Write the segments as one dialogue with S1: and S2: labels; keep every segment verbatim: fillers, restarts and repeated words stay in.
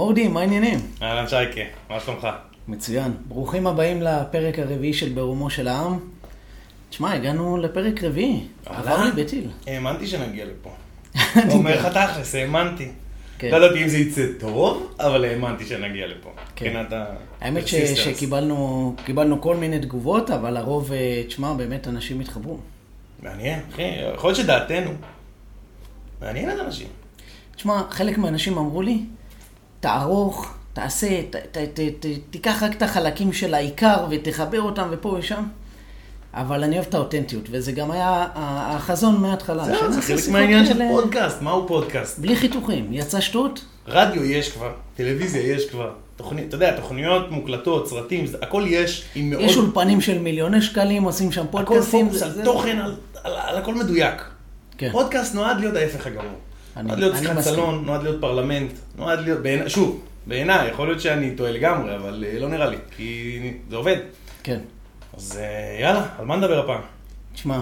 S1: מורדי, מה העניינים?
S2: אהלן שייקה, מה שלומך?
S1: מצוין. ברוכים הבאים לפרק הרביעי של ברומו של העם. תשמע, הגענו לפרק רביעי. עבר לי בטיל.
S2: האמנתי שנגיע לפה. אומר לך תכלס, האמנתי.
S1: כן.
S2: לא יודעת אם זה יצא טוב, אבל האמנתי שנגיע לפה.
S1: כן. האמת שקיבלנו קיבלנו כל מיני תגובות, אבל הרוב, תשמע, באמת אנשים התחברו.
S2: מעניין, אחי. יכול להיות שדעתנו. מעניין את אנשים.
S1: תשמע, חלק מהאנשים אמרו לי, תערוך, תעשה, ת, ת, ת, ת, תיקח רק את החלקים של העיקר ותחבר אותם ופה ושם. אבל אני אוהב את האותנטיות, וזה גם היה החזון מההתחלה.
S2: זהו, זה חלק מהעניין של פודקאסט. מהו פודקאסט?
S1: בלי חיתוכים. יצא שטות?
S2: רדיו יש כבר, טלוויזיה יש כבר. תוכנית, אתה יודע, תוכניות מוקלטות, סרטים, הכל יש. מאוד...
S1: יש אולפנים של מיליוני שקלים, עושים שם פודקאסטים.
S2: הכל פוקוס על תוכן, על, על, על הכל מדויק. כן. פודקאסט נועד להיות ההפך הגמור. נועד להיות שחק סלון, נועד להיות פרלמנט, נועד להיות, בעיני, שוב, בעיניי, יכול להיות שאני טועה לגמרי, אבל לא נראה לי, כי זה עובד.
S1: כן.
S2: אז יאללה, על מה נדבר הפעם?
S1: תשמע,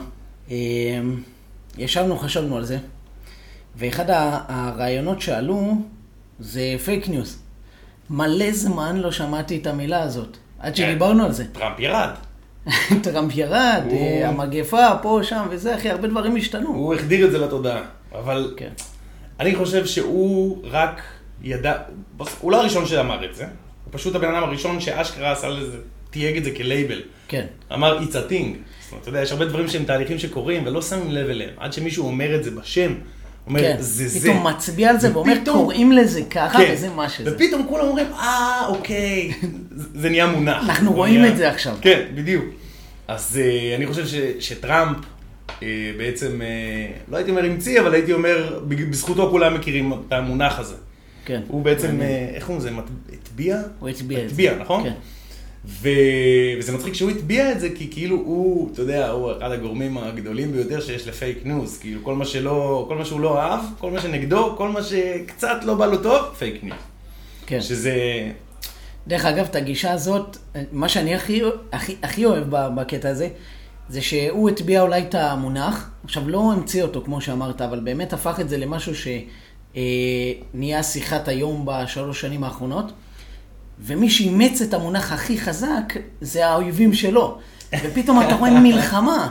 S1: ישבנו, חשבנו על זה, ואחד הרעיונות שעלו זה פייק ניוז. מלא זמן לא שמעתי את המילה הזאת, עד שדיברנו על זה.
S2: טראמפ ירד.
S1: טראמפ ירד, המגפה פה, שם וזה, אחי, הרבה דברים השתנו.
S2: הוא החדיר את זה לתודעה, אבל אני חושב שהוא רק ידע, הוא לא הראשון שאמר את זה, הוא פשוט הבן אדם הראשון שאשכרה עשה לזה, תייג את זה כלייבל.
S1: כן.
S2: אמר, it's a thing. זאת אומרת, אתה יודע, יש הרבה דברים שהם תהליכים שקורים, ולא שמים לב אליהם. עד שמישהו אומר את זה בשם, אומר,
S1: כן.
S2: זה זה.
S1: פתאום מצביע על זה ואומר, קוראים לזה ככה,
S2: כן.
S1: וזה מה שזה.
S2: ופתאום כולם אומרים, אה, אוקיי, זה נהיה מונח.
S1: אנחנו רואים
S2: נהיה...
S1: את זה עכשיו.
S2: כן, בדיוק. אז uh, אני חושב ש, שטראמפ, uh, בעצם, uh, לא הייתי אומר המציא, אבל הייתי אומר, בזכותו כולם מכירים את המונח הזה.
S1: כן.
S2: הוא בעצם, uh, איך הוא זה, הטביע?
S1: הוא הטביע את זה.
S2: הטביע, נכון?
S1: כן.
S2: ו... וזה מצחיק שהוא הטביע את זה, כי כאילו הוא, אתה יודע, הוא אחד הגורמים הגדולים ביותר שיש לפייק ניוז. כאילו כל מה שלא, כל מה שהוא לא אהב, כל מה שנגדו, כל מה שקצת לא בא לו טוב, פייק ניוז.
S1: כן.
S2: שזה...
S1: דרך אגב, את הגישה הזאת, מה שאני הכי, הכי, הכי אוהב בקטע הזה, זה שהוא הטביע אולי את המונח, עכשיו לא המציא אותו כמו שאמרת, אבל באמת הפך את זה למשהו שנהיה שיחת היום בשלוש שנים האחרונות, ומי שאימץ את המונח הכי חזק זה האויבים שלו. ופתאום אתה רואה מלחמה.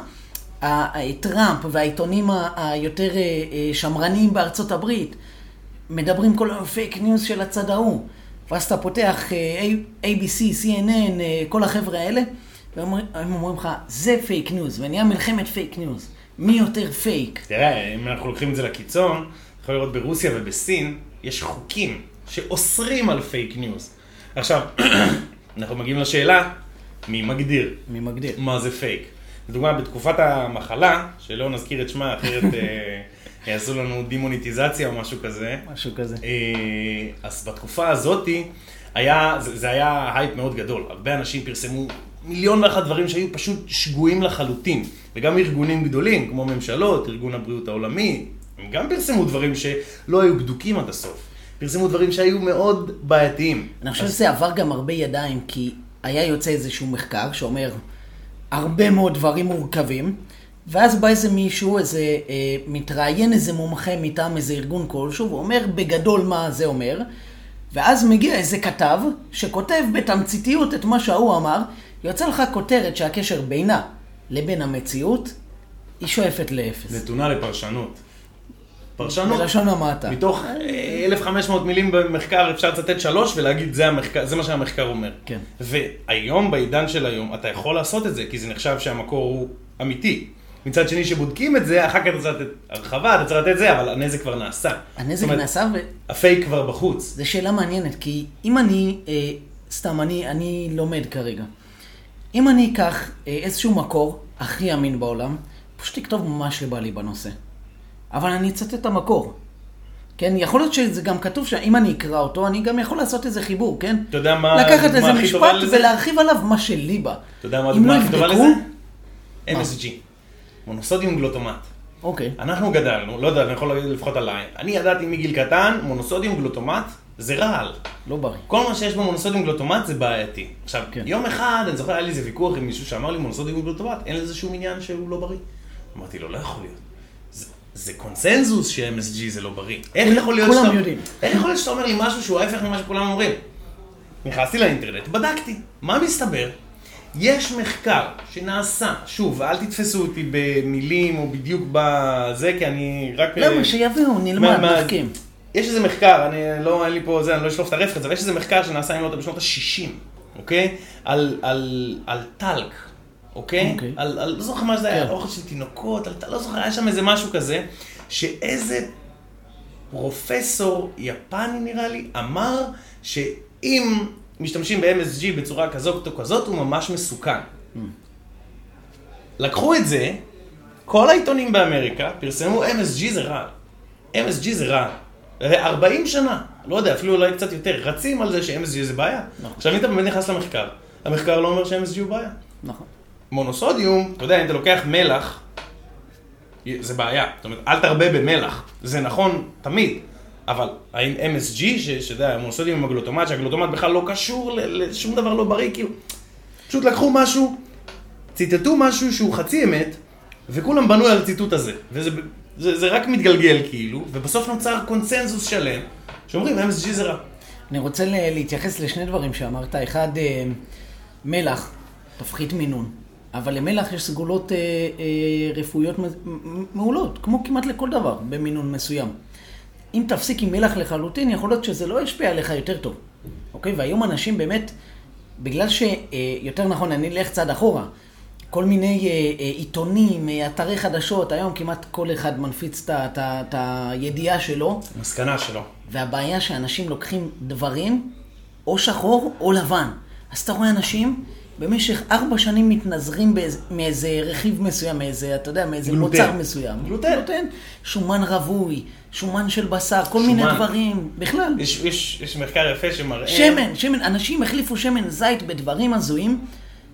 S1: טראמפ והעיתונים היותר שמרניים בארצות הברית מדברים כל היום פייק ניוז של הצד ההוא. ואז אתה פותח איי בי סי, סי אן אן, כל החבר'ה האלה, והם אומרים לך, זה פייק ניוז, ונהיה מלחמת פייק ניוז. מי יותר פייק?
S2: תראה, אם אנחנו לוקחים את זה לקיצון, יכול לראות ברוסיה ובסין, יש חוקים שאוסרים על פייק ניוז. עכשיו, אנחנו מגיעים לשאלה, מי מגדיר?
S1: מי מגדיר?
S2: מה זה פייק? לדוגמה, בתקופת המחלה, שלא נזכיר את שמה, אחרת יעשו לנו דימוניטיזציה או משהו כזה.
S1: משהו כזה.
S2: אז בתקופה הזאת, היה, זה, זה היה הייפ מאוד גדול. הרבה אנשים פרסמו מיליון ואחת דברים שהיו פשוט שגויים לחלוטין. וגם ארגונים גדולים, כמו ממשלות, ארגון הבריאות העולמי, הם גם פרסמו דברים שלא היו בדוקים עד הסוף. פרסמו דברים שהיו מאוד בעייתיים.
S1: אני חושב שזה עבר גם הרבה ידיים, כי היה יוצא איזשהו מחקר שאומר הרבה מאוד דברים מורכבים, ואז בא איזה מישהו, איזה אה, מתראיין איזה מומחה מטעם איזה ארגון כלשהו, ואומר בגדול מה זה אומר, ואז מגיע איזה כתב שכותב בתמציתיות את מה שהוא אמר, יוצא לך כותרת שהקשר בינה לבין המציאות היא שואפת לאפס.
S2: נתונה לפרשנות. פרשנות.
S1: בלשון המעטה.
S2: מתוך אלף וחמש מאות מילים במחקר אפשר לצטט שלוש ולהגיד זה המחקר, זה מה שהמחקר אומר.
S1: כן.
S2: והיום, בעידן של היום, אתה יכול לעשות את זה, כי זה נחשב שהמקור הוא אמיתי. מצד שני שבודקים את זה, אחר כך אתה צריך לתת הרחבה, אתה צריך לתת את זה, אבל הנזק כבר נעשה.
S1: הנזק נעשה ו...
S2: הפייק כבר בחוץ.
S1: זו שאלה מעניינת, כי אם אני, אה, סתם, אני, אני לומד כרגע. אם אני אקח אה, איזשהו מקור הכי אמין בעולם, פשוט תכתוב ממש לבא לי בנושא. אבל אני אצטט את המקור. כן, יכול להיות שזה גם כתוב שאם אני אקרא אותו, אני גם יכול לעשות איזה חיבור, כן?
S2: אתה יודע מה...
S1: לקחת איזה משפט ולהרחיב עליו מה שלי בא.
S2: אתה יודע מה הדוגמה הכי טובה לזה? אם אס ג'י. מונוסודיום גלוטומט.
S1: אוקיי.
S2: אנחנו גדלנו, לא יודע, אני יכול להגיד לפחות עליי. אני ידעתי מגיל קטן, מונוסודיום גלוטומט זה רעל.
S1: לא בריא.
S2: כל מה שיש במונוסודיום גלוטומט זה בעייתי. עכשיו, יום אחד, אני זוכר, היה לי איזה ויכוח עם מישהו שאמר לי מונוסודיום גלוטומט, אין לזה שום עניין שהוא לא בריא. אמרתי לו, לא יכול להיות. זה קונסנזוס ש-אם אס ג'י זה לא בריא. איך יכול להיות
S1: כולם
S2: שאתה...
S1: יודעים.
S2: איך יכול להיות שאתה אומר לי משהו שהוא ההפך ממה שכולם אומרים? נכנסתי לאינטרנט, בדקתי. מה מסתבר? יש מחקר שנעשה, שוב, אל תתפסו אותי במילים או בדיוק בזה, כי אני רק...
S1: למה? שיביאו, נלמד, נחכים.
S2: יש איזה מחקר, אני לא, אין לי פה זה, אני לא אשלוף את הרפת, אבל יש איזה מחקר שנעשה עם אותו בשנות ה-שישים, אוקיי? על, על, על טלק, אוקיי?
S1: אוקיי.
S2: על, על, לא זוכר מה זה היה, אוכל של תינוקות, על, לא זוכר, היה שם איזה משהו כזה, שאיזה פרופסור יפני נראה לי, אמר שאם משתמשים ב-אם אס ג'י בצורה כזאת או כזאת, הוא ממש מסוכן. לקחו את זה, כל העיתונים באמריקה פרסמו אם אס ג'י זה רע. אם אס ג'י זה רע. ארבעים שנה, לא יודע, אפילו אולי קצת יותר, רצים על זה ש-אם אס ג'י זה בעיה.
S1: נכון.
S2: עכשיו, אם אתה באמת נכנס למחקר, המחקר לא אומר ש-אם אס ג'י הוא בעיה.
S1: נכון.
S2: מונוסודיום, אתה יודע, אם אתה לוקח מלח, זה בעיה. זאת אומרת, אל תרבה במלח. זה נכון תמיד. אבל האם אם אס ג'י, שאתה מונוסודיום עם הגלוטומט, שהגלוטומט בכלל לא קשור לשום דבר לא בריא, כאילו, פשוט לקחו משהו, ציטטו משהו שהוא חצי אמת, וכולם בנו על הציטוט הזה. וזה זה, זה רק מתגלגל כאילו, ובסוף נוצר קונסנזוס שלם, שאומרים, אם אס ג'י זה רע.
S1: אני רוצה להתייחס לשני דברים שאמרת. אחד, מלח, תפחית מינון. אבל למלח יש סגולות אה, אה, רפואיות מעולות, כמו כמעט לכל דבר, במינון מסוים. אם תפסיק עם מלח לחלוטין, יכול להיות שזה לא ישפיע עליך יותר טוב. אוקיי? והיום אנשים באמת, בגלל שיותר נכון, אני אלך צעד אחורה, כל מיני עיתונים, אתרי חדשות, היום כמעט כל אחד מנפיץ את הידיעה שלו.
S2: מסקנה שלו.
S1: והבעיה שאנשים לוקחים דברים, או שחור או לבן. אז אתה רואה אנשים במשך ארבע שנים מתנזרים מאיזה רכיב מסוים, מאיזה, אתה יודע, מאיזה מוצר מסוים.
S2: גלוטן.
S1: גלוטן. שומן רווי, שומן של בשר, כל מיני דברים, בכלל.
S2: יש, יש, יש מחקר יפה שמראה...
S1: שמן, שמן, אנשים החליפו שמן זית בדברים הזויים,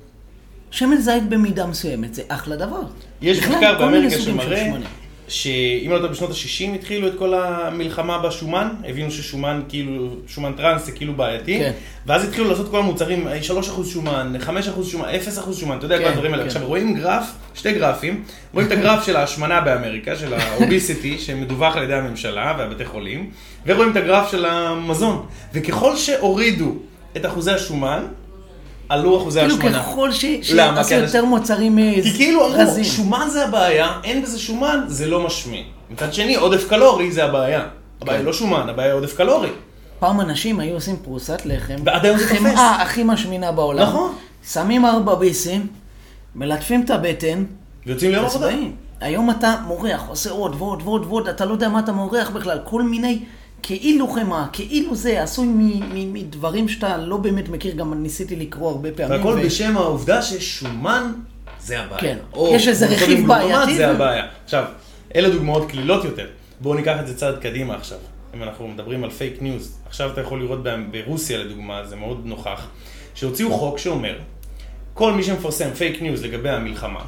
S1: שמן זית במידה מסוימת, זה אחלה דבר.
S2: יש
S1: בכלל,
S2: מחקר
S1: כל מיני
S2: באמריקה
S1: סוגים של
S2: שמראה
S1: שמנים.
S2: שאם לא יודע, בשנות ה-שישים התחילו את כל המלחמה בשומן, הבינו ששומן כאילו, שומן טרנס זה כאילו בעייתי,
S1: כן.
S2: ואז התחילו לעשות כל המוצרים, שלוש אחוז שומן, חמש אחוז שומן, אפס אחוז שומן, אתה יודע
S1: כן,
S2: כל הדברים האלה.
S1: כן.
S2: עכשיו רואים גרף, שתי גרפים, רואים את הגרף של ההשמנה באמריקה, של ה-obesity, שמדווח על ידי הממשלה והבתי חולים, ורואים את הגרף של המזון. וככל שהורידו את אחוזי השומן, עלו אחוזי
S1: כאילו
S2: השמנה.
S1: ככל שעשו יותר מוצרים רזים.
S2: כי כאילו אמרו, שומן זה הבעיה, אין בזה שומן, זה לא משמין. מצד שני, עודף קלורי זה הבעיה. הבעיה היא לא שומן, הבעיה היא עודף קלורי.
S1: פעם אנשים היו עושים פרוסת לחם,
S2: ועד היום זה תופס.
S1: חמאה הכי משמינה בעולם.
S2: נכון.
S1: שמים ארבע ביסים, מלטפים את הבטן,
S2: ויוצאים ליום עבודה.
S1: וצבעים. היום אתה מורח, עושה עוד ועוד ועוד ועוד, אתה לא יודע מה אתה מורח בכלל, כל מיני כאילו חמאה, כאילו זה, עשוי מדברים שאתה לא באמת מכיר, גם ניסיתי לקרוא הרבה פעמים.
S2: והכל בשם העובדה ששומן זה הבעיה.
S1: כן, יש איזה רכיב בעייתי.
S2: זה הבעיה. עכשיו, אלה דוגמאות כלילות יותר. בואו ניקח את זה צעד קדימה עכשיו. אם אנחנו מדברים על פייק ניוז, עכשיו אתה יכול לראות ברוסיה לדוגמה, זה מאוד נוכח, שהוציאו חוק שאומר, כל מי שמפרסם פייק ניוז לגבי המלחמה,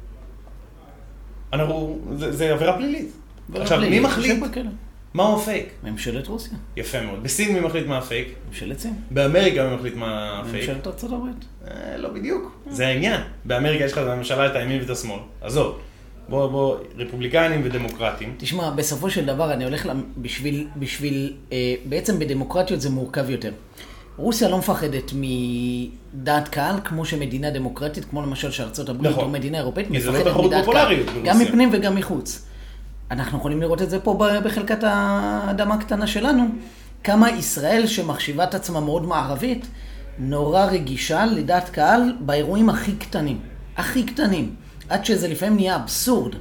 S2: אנחנו, זה, זה עבירה פלילית. עכשיו, מי מחליט? מהו הפייק?
S1: ממשלת רוסיה.
S2: יפה מאוד. בסין מי מחליט מה הפייק?
S1: ממשלת סין.
S2: באמריקה מי מחליט מה הפייק?
S1: ממשלת ארצות הברית.
S2: אה, לא בדיוק. זה העניין. באמריקה יש לך בממשלה את הימין ואת השמאל. עזוב. בוא, בוא, רפובליקנים ודמוקרטים.
S1: תשמע, בסופו של דבר אני הולך בשביל, בשביל, אה, בעצם בדמוקרטיות זה מורכב יותר. רוסיה לא מפחדת מדעת קהל, כמו שמדינה דמוקרטית, כמו למשל שארצות הברית או מדינה אירופאית, מפחדת מדעת קהל. גם מפנים וגם מחוץ. אנחנו יכולים לראות את זה פה בחלקת האדמה הקטנה שלנו. כמה ישראל שמחשיבה את עצמה מאוד מערבית, נורא רגישה לדעת קהל באירועים הכי קטנים. הכי קטנים. עד שזה לפעמים נהיה אבסורד.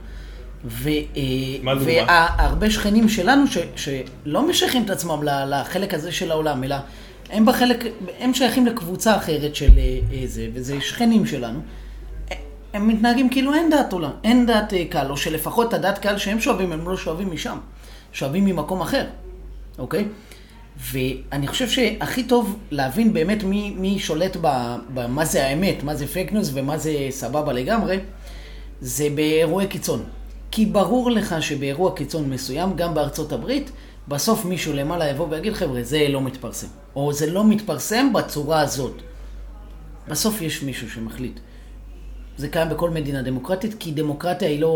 S1: והרבה שכנים שלנו ש, שלא משייכים את עצמם לחלק הזה של העולם, אלא הם, בחלק, הם שייכים לקבוצה אחרת של זה, וזה שכנים שלנו. הם מתנהגים כאילו אין דעת עולם, אין דעת קהל, או שלפחות הדעת קהל שהם שואבים, הם לא שואבים משם, שואבים ממקום אחר, אוקיי? ואני חושב שהכי טוב להבין באמת מי, מי שולט במה זה האמת, מה זה פייק ניוז ומה זה סבבה לגמרי, זה באירועי קיצון. כי ברור לך שבאירוע קיצון מסוים, גם בארצות הברית, בסוף מישהו למעלה יבוא ויגיד, חבר'ה, זה לא מתפרסם. או זה לא מתפרסם בצורה הזאת. בסוף יש מישהו שמחליט. זה קיים בכל מדינה דמוקרטית, כי דמוקרטיה היא לא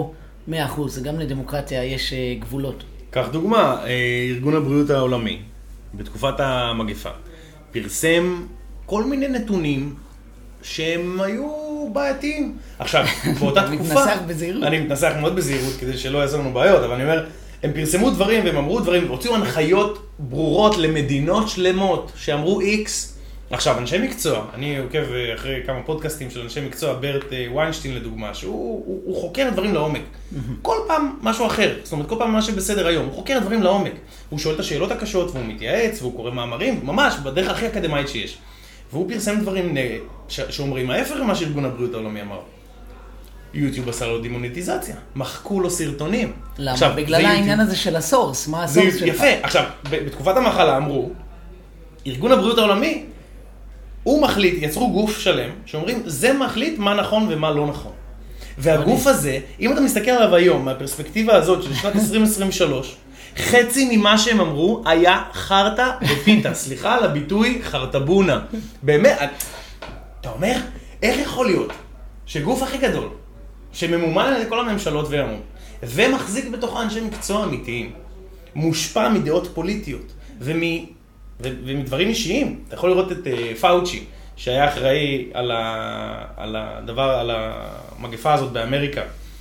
S1: מאה אחוז, גם לדמוקרטיה יש גבולות.
S2: כך דוגמה, ארגון הבריאות העולמי, בתקופת המגפה, פרסם כל מיני נתונים שהם היו בעייתיים. עכשיו, באותה תקופה...
S1: אתה מתנסח בזהירות.
S2: אני מתנסח מאוד בזהירות כדי שלא יעזור לנו בעיות, אבל אני אומר, הם פרסמו דברים והם אמרו דברים, והוציאו הנחיות ברורות למדינות שלמות שאמרו איקס. עכשיו, אנשי מקצוע, אני עוקב אחרי כמה פודקאסטים של אנשי מקצוע, ברט ויינשטיין לדוגמה, שהוא הוא, הוא חוקר דברים לעומק. כל פעם משהו אחר, זאת אומרת, כל פעם משהו בסדר היום, הוא חוקר דברים לעומק. הוא שואל את השאלות הקשות, והוא מתייעץ, והוא קורא מאמרים, ממש, בדרך הכי אקדמית שיש. והוא פרסם דברים ש- שאומרים, ההפך ממה שארגון הבריאות העולמי אמר. יוטיוב עשה לו דימוניטיזציה, מחקו לו סרטונים.
S1: למה? עכשיו, בגלל העניין הזה של הסורס, מה הסורס שלך?
S2: יפה, עכשיו, בתקופת המחלה אמרו, ארגון הבריאות העולמי, הוא מחליט, יצרו גוף שלם, שאומרים, זה מחליט מה נכון ומה לא נכון. והגוף הזה, אם אתה מסתכל עליו היום, מהפרספקטיבה הזאת של שנת עשרים עשרים ושלוש, חצי ממה שהם אמרו היה חרטה ופיתה. סליחה על הביטוי חרטבונה. באמת, אתה אומר, איך יכול להיות שגוף הכי גדול, שממומן על ידי כל הממשלות והמון, ומחזיק בתוך אנשי מקצוע אמיתיים, מושפע מדעות פוליטיות, ומ... ומדברים אישיים. אתה יכול לראות את uh, פאוצ'י, שהיה אחראי על, ה... על הדבר, על המגפה הזאת באמריקה.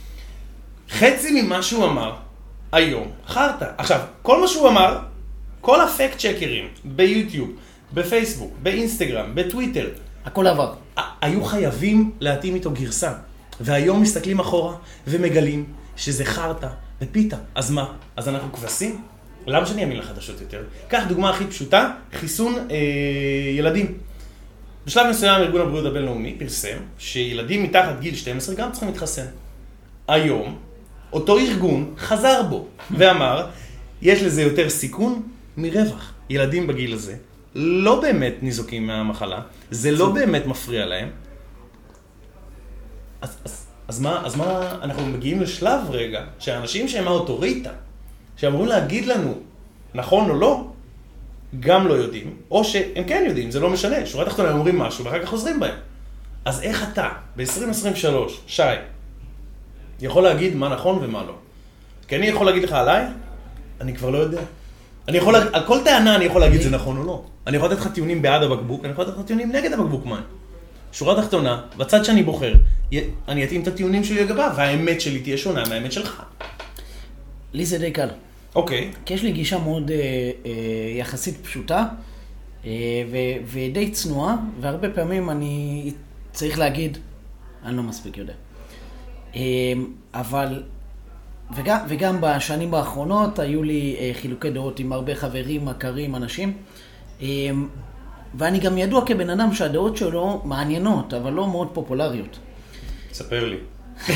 S2: חצי ממה שהוא אמר, היום, חרטה. עכשיו, כל מה שהוא אמר, כל הפקט צ'קרים, ביוטיוב, בפייסבוק, באינסטגרם, בטוויטר,
S1: הכל עבר.
S2: היו חייבים להתאים איתו גרסה. והיום מסתכלים אחורה ומגלים שזה חרטה ופיתה. אז מה? אז אנחנו כבשים? למה שאני אאמין לחדשות יותר? כך דוגמה הכי פשוטה, חיסון אה, ילדים. בשלב מסוים ארגון הבריאות הבינלאומי פרסם שילדים מתחת גיל שתים עשרה גם צריכים להתחסן. היום, אותו ארגון חזר בו ואמר, יש לזה יותר סיכון מרווח. ילדים בגיל הזה לא באמת ניזוקים מהמחלה, זה לא באמת מפריע להם. אז, אז, אז, מה, אז מה, אנחנו מגיעים לשלב רגע, שהאנשים שהם האוטוריטה, שאמורים להגיד לנו נכון או לא, גם לא יודעים, או שהם כן יודעים, זה לא משנה, שורה תחתונה הם אומרים משהו ואחר כך חוזרים בהם. אז איך אתה, ב-עשרים עשרים ושלוש, שי, יכול להגיד מה נכון ומה לא? כי אני יכול להגיד לך עליי, אני כבר לא יודע. אני יכול, על כל טענה אני יכול להגיד זה נכון או לא. אני יכול לתת לך טיעונים בעד הבקבוק, אני יכול לתת לך טיעונים נגד הבקבוק מים. שורה תחתונה, בצד שאני בוחר, אני אתאים את הטיעונים שלי לגביו, והאמת שלי תהיה שונה מהאמת שלך.
S1: לי זה די קל.
S2: אוקיי.
S1: כי יש לי גישה מאוד אה, אה, יחסית פשוטה, אה, ו- ודי צנועה, והרבה פעמים אני צריך להגיד, אני לא מספיק יודע. אה, אבל, וגם, וגם בשנים האחרונות היו לי אה, חילוקי דעות עם הרבה חברים, מכרים, אנשים, אה, ואני גם ידוע כבן אדם שהדעות שלו מעניינות, אבל לא מאוד פופולריות.
S2: ספר לי.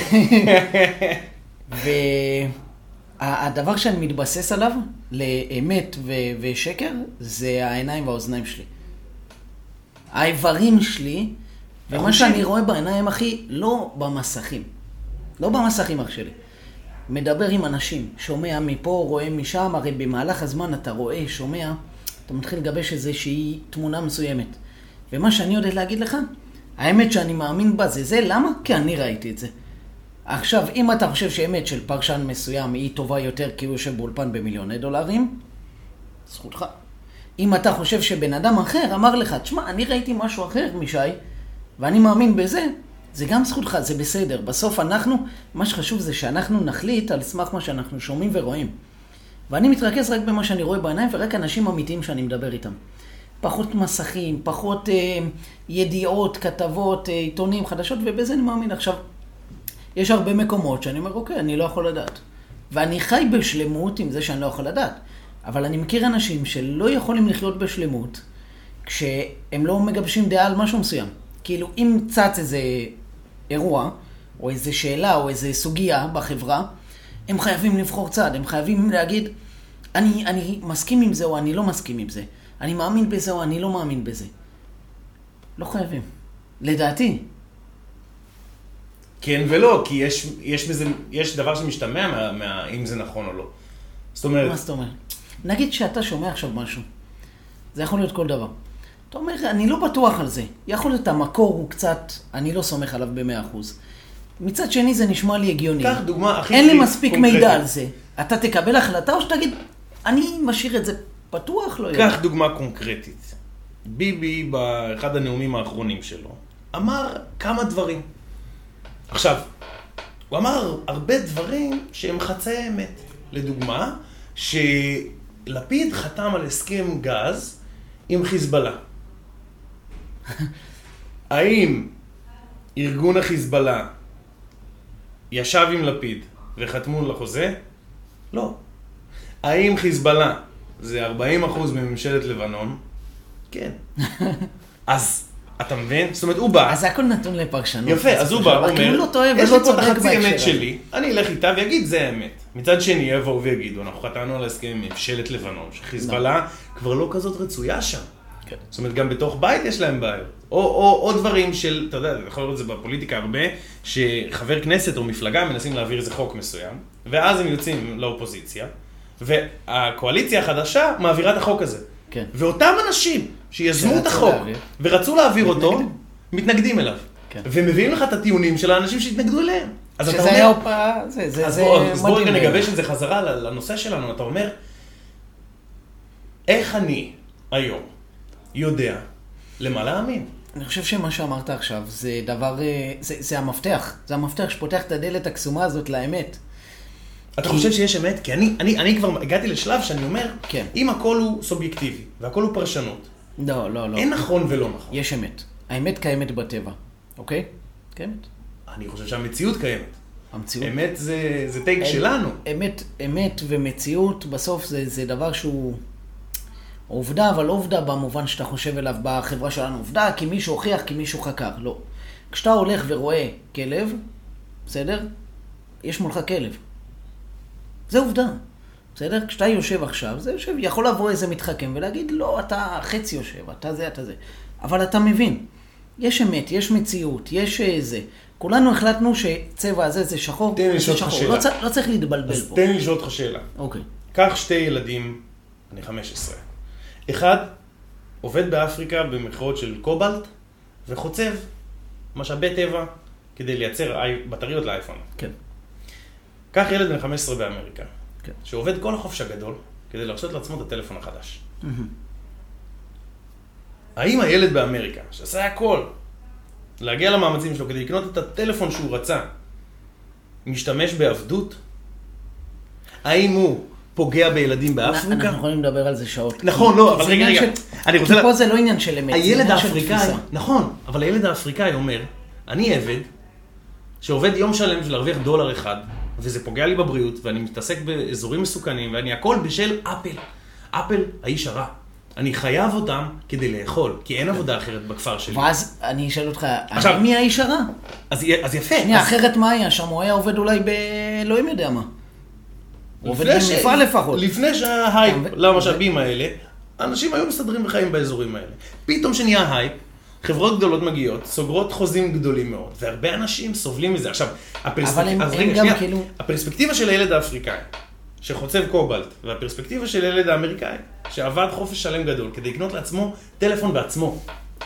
S1: והדבר שאני מתבסס עליו, לאמת ו- ושקר, זה העיניים והאוזניים שלי. האיברים שלי, ומה שאני רואה בעיניים, אחי, לא במסכים. לא במסכים, אח שלי. מדבר עם אנשים, שומע מפה, רואה משם, הרי במהלך הזמן אתה רואה, שומע, אתה מתחיל לגבש איזושהי תמונה מסוימת. ומה שאני יודע להגיד לך, האמת שאני מאמין בה זה זה, למה? כי אני ראיתי את זה. עכשיו, אם אתה חושב שהאמת של פרשן מסוים היא טובה יותר כי הוא יושב באולפן במיליוני דולרים, זכותך. אם אתה חושב שבן אדם אחר אמר לך, תשמע, אני ראיתי משהו אחר משי, ואני מאמין בזה, זה גם זכותך, זה בסדר. בסוף אנחנו, מה שחשוב זה שאנחנו נחליט על סמך מה שאנחנו שומעים ורואים. ואני מתרכז רק במה שאני רואה בעיניים, ורק אנשים אמיתיים שאני מדבר איתם. פחות מסכים, פחות אה, ידיעות, כתבות, אה, עיתונים, חדשות, ובזה אני מאמין. עכשיו, יש הרבה מקומות שאני אומר, אוקיי, אני לא יכול לדעת. ואני חי בשלמות עם זה שאני לא יכול לדעת. אבל אני מכיר אנשים שלא יכולים לחיות בשלמות, כשהם לא מגבשים דעה על משהו מסוים. כאילו, אם צץ איזה אירוע, או איזה שאלה, או איזה סוגיה בחברה, הם חייבים לבחור צד, הם חייבים להגיד, אני, אני מסכים עם זה או אני לא מסכים עם זה. אני מאמין בזה או אני לא מאמין בזה. לא חייבים. לדעתי.
S2: כן ולא, כי יש, יש, בזה, יש דבר שמשתמע מה, מה, אם זה נכון או לא. זאת אומרת...
S1: מה זאת אומרת? נגיד שאתה שומע עכשיו משהו. זה יכול להיות כל דבר. אתה אומר, אני לא בטוח על זה. יכול להיות המקור הוא קצת, אני לא סומך עליו במאה אחוז. מצד שני זה נשמע לי הגיוני.
S2: קח דוגמה הכי
S1: אין לי מספיק
S2: קונקרטית.
S1: מידע על זה. אתה תקבל החלטה או שתגיד, אני משאיר את זה פתוח, לא יודע.
S2: קח דוגמה קונקרטית. ביבי, באחד הנאומים האחרונים שלו, אמר כמה דברים. עכשיו, הוא אמר הרבה דברים שהם חצי אמת. לדוגמה, שלפיד חתם על הסכם גז עם חיזבאללה. האם ארגון החיזבאללה ישב עם לפיד וחתמו לחוזה? לא. האם חיזבאללה זה ארבעים אחוז מממשלת לבנון? כן. אז אתה מבין? זאת אומרת, הוא בא.
S1: אז הכל נתון לפרשנות.
S2: יפה, אז הוא בא, הוא אומר,
S1: לא טועה
S2: יש לי
S1: ולא
S2: פה את
S1: צודק
S2: החצי אמת
S1: בהקשר.
S2: שלי, אני אלך איתה ויגיד, זה האמת. מצד שני, יבואו ויגידו, אנחנו חתמנו על הסכם עם ממשלת לבנון, שחיזבאללה כבר לא כזאת רצויה שם.
S1: כן.
S2: זאת אומרת, גם בתוך בית יש להם בעיות. או, או, או דברים של, אתה יודע, יכול לראות את זה בפוליטיקה הרבה, שחבר כנסת או מפלגה מנסים להעביר איזה חוק מסוים, ואז הם יוצאים לאופוזיציה, והקואליציה החדשה מעבירה את החוק הזה.
S1: כן.
S2: ואותם אנשים שיזמו את החוק
S1: להעביר.
S2: ורצו להעביר אותו,
S1: מתנגדים.
S2: מתנגדים אליו.
S1: כן.
S2: ומביאים לך את הטיעונים של האנשים שהתנגדו אליהם. אז אתה
S1: שזה היה
S2: אומר,
S1: אופה, זה, זה,
S2: אז
S1: זה
S2: בוא, אז בוא רגע
S1: מדהים.
S2: נגבש את זה חזרה לנושא שלנו. אתה אומר, איך אני היום יודע למה להאמין?
S1: אני חושב שמה שאמרת עכשיו זה דבר, אה, זה, זה המפתח. זה המפתח שפותח את הדלת הקסומה הזאת לאמת.
S2: אתה חושב שיש אמת? כי אני, אני, אני כבר הגעתי לשלב שאני אומר,
S1: כן.
S2: אם הכל הוא סובייקטיבי והכל הוא פרשנות,
S1: לא, לא, לא.
S2: אין נכון ולא נכון.
S1: יש אמת. האמת קיימת בטבע, אוקיי? קיימת.
S2: אני חושב שהמציאות קיימת.
S1: המציאות.
S2: אמת זה, זה טייק
S1: אמ-
S2: שלנו.
S1: אמת, אמת ומציאות בסוף זה, זה דבר שהוא עובדה, אבל לא עובדה במובן שאתה חושב אליו בחברה שלנו. עובדה כי מישהו הוכיח, כי מישהו חקר. לא. כשאתה הולך ורואה כלב, בסדר? יש מולך כלב. זה עובדה. בסדר? כשאתה יושב עכשיו, זה יושב, יכול לבוא איזה מתחכם ולהגיד, לא, אתה חצי יושב, אתה זה, אתה זה. אבל אתה מבין. יש אמת, יש מציאות, יש זה. כולנו החלטנו שצבע הזה זה שחור,
S2: תן לי
S1: זה
S2: לשאול אותך
S1: שחור.
S2: שאלה.
S1: לא, צ- לא צריך להתבלבל
S2: אז
S1: פה.
S2: תן לי לשאול אותך שאלה.
S1: אוקיי.
S2: קח שתי ילדים, אני חמש עשרה. אחד עובד באפריקה במכרות של קובלט וחוצב משאבי טבע כדי לייצר אי- בטריות לאייפון.
S1: כן.
S2: קח ילד בן חמש עשרה באמריקה,
S1: כן.
S2: שעובד כל החופש הגדול כדי להרשות לעצמו את הטלפון החדש. האם הילד באמריקה, שעשה הכל, להגיע למאמצים שלו כדי לקנות את הטלפון שהוא רצה, משתמש בעבדות? האם הוא פוגע בילדים באפריקה?
S1: אנחנו יכולים לדבר על זה שעות.
S2: נכון,
S1: כי-
S2: לא,
S1: כי
S2: אבל
S1: זה
S2: רגע,
S1: עניין
S2: רגע.
S1: של-
S2: אני רוצה
S1: כי
S2: לה-
S1: פה זה לא עניין של אמת, זה
S2: הילד
S1: עניין של
S2: האפריקאי,
S1: תפיסה.
S2: נכון, אבל הילד האפריקאי אומר, אני עבד, שעובד יום שלם של להרוויח דולר אחד, וזה פוגע לי בבריאות, ואני מתעסק באזורים מסוכנים, ואני הכל בשל אפל. אפל, האיש הרע. אני חייב אותם כדי לאכול, כי אין עבודה אחרת בכפר שלי.
S1: ואז אני אשאל אותך,
S2: עכשיו-
S1: מי האיש הרע?
S2: אז, אז יפה.
S1: שנייה,
S2: אז
S1: אחרת מה היה שם? הוא היה עובד אולי באלוהים יודע מה. הוא עובד
S2: לפני ש-
S1: במפעל לפחות.
S2: לפני שההייפ
S1: כן, ו-
S2: למשאבים האלה, אנשים היו מסתדרים וחיים באזורים האלה. פתאום שנהיה הייפ, חברות גדולות מגיעות, סוגרות חוזים גדולים מאוד, והרבה אנשים סובלים מזה. עכשיו, הפרספק...
S1: אבל הם-
S2: אז
S1: הם
S2: רגע,
S1: גם
S2: שנייה,
S1: כאילו-
S2: הפרספקטיבה של הילד האפריקאי, שחוצב קובלט, והפרספקטיבה של הילד האמריקאי, שעבד חופש שלם גדול, כדי לקנות לעצמו טלפון בעצמו,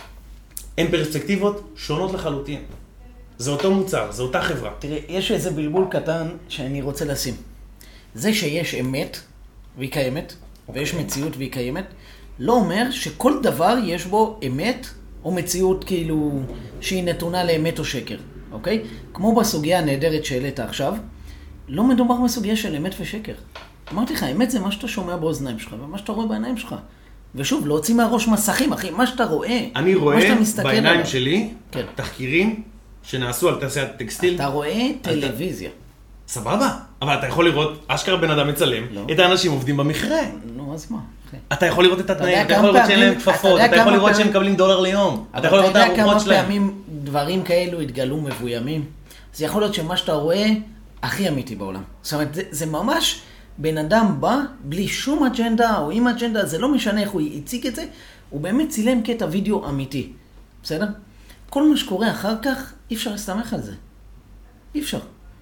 S2: הן פרספקטיבות שונות לחלוטין. זה אותו מוצר, זה אותה חברה.
S1: תראה, יש איזה בלבול קטן שאני רוצה לשים. זה שיש אמת, והיא קיימת, ויש מציאות והיא קיימת, לא אומר שכל דבר יש בו אמת או מציאות כאילו שהיא נתונה לאמת או שקר, אוקיי? כמו בסוגיה הנהדרת שהעלית עכשיו, לא מדובר בסוגיה של אמת ושקר. אמרתי לך, אמת זה מה שאתה שומע באוזניים שלך ומה שאתה רואה בעיניים שלך. ושוב, להוציא מהראש מסכים, אחי, מה שאתה רואה,
S2: אני
S1: מה
S2: רואה
S1: שאתה מסתכל
S2: בעיניים
S1: עליו.
S2: שלי
S1: כן.
S2: תחקירים שנעשו על תעשיית טקסטיל.
S1: אתה רואה טלוויזיה.
S2: סבבה, אבל אתה יכול לראות, אשכרה בן אדם מצלם,
S1: לא.
S2: את האנשים עובדים במכרה.
S1: נו, אז מה? אחי?
S2: אתה יכול לראות את התנאים,
S1: יודע
S2: אתה יכול
S1: כמה
S2: לראות שאין להם
S1: פעמים- אתה
S2: כפפות,
S1: יודע
S2: אתה יכול
S1: כמה
S2: לראות שהם
S1: פעמים-
S2: מקבלים דולר ליום, אתה
S1: אבל
S2: יכול
S1: אתה
S2: לראות את
S1: יודע כמה
S2: הארוחות שלהם.
S1: פעמים דברים כאלו התגלו מבוימים? אז יכול להיות שמה שאתה רואה הכי אמיתי בעולם. זאת אומרת, זה, זה ממש בן אדם בא בלי שום אג'נדה או עם אג'נדה, זה לא משנה איך הוא הציג את זה, הוא באמת צילם קטע וידאו אמיתי. בסדר? כל מה שקורה אחר כך, אי אפשר להסתמך על זה. אי אפשר.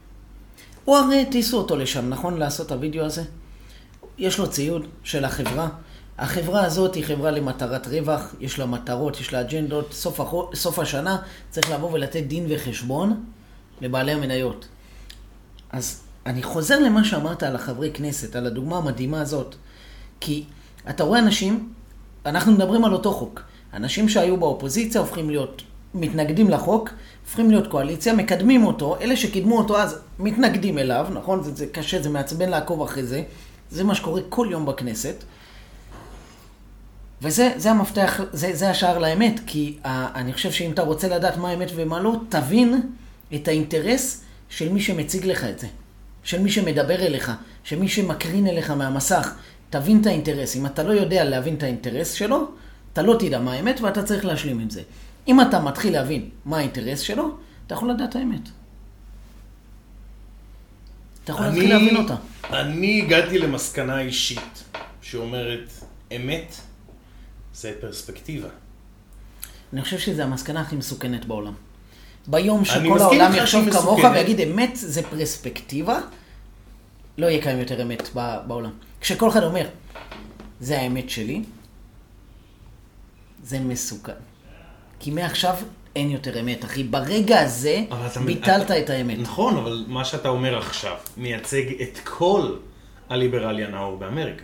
S1: הוא הרי טיסו אותו לשם, נכון? לעשות את הוידאו הזה? יש לו ציוד של החברה. החברה הזאת היא חברה למטרת רווח, יש לה מטרות, יש לה אג'נדות. סוף, החו... סוף השנה צריך לבוא ולתת דין וחשבון לבעלי המניות. אז אני חוזר למה שאמרת על החברי כנסת, על הדוגמה המדהימה הזאת. כי אתה רואה אנשים, אנחנו מדברים על אותו חוק. אנשים שהיו באופוזיציה הופכים להיות, מתנגדים לחוק, הופכים להיות קואליציה, מקדמים אותו, אלה שקידמו אותו אז מתנגדים אליו, נכון? זה, זה קשה, זה מעצבן לעקוב אחרי זה. זה מה שקורה כל יום בכנסת. וזה זה המפתח, זה, זה השער לאמת, כי uh, אני חושב שאם אתה רוצה לדעת מה האמת ומה לא, תבין את האינטרס של מי שמציג לך את זה. של מי שמדבר אליך, של מי שמקרין אליך מהמסך. תבין את האינטרס. אם אתה לא יודע להבין את האינטרס שלו, אתה לא תדע מה האמת ואתה צריך להשלים עם זה. אם אתה מתחיל להבין מה האינטרס שלו, אתה יכול לדעת את האמת. אתה יכול להתחיל להבין אותה.
S2: אני הגעתי למסקנה אישית שאומרת, אמת זה פרספקטיבה.
S1: אני חושב שזה המסקנה הכי מסוכנת בעולם. ביום שכל העולם יחשוב כמוך ויגיד אמת זה פרספקטיבה, לא יהיה קיים יותר אמת בעולם. כשכל אחד אומר, זה האמת שלי, זה מסוכן. כי מעכשיו אין יותר אמת, אחי. ברגע הזה ביטלת את האמת.
S2: נכון, אבל מה שאתה אומר עכשיו מייצג את כל הליברליה הנאור באמריקה.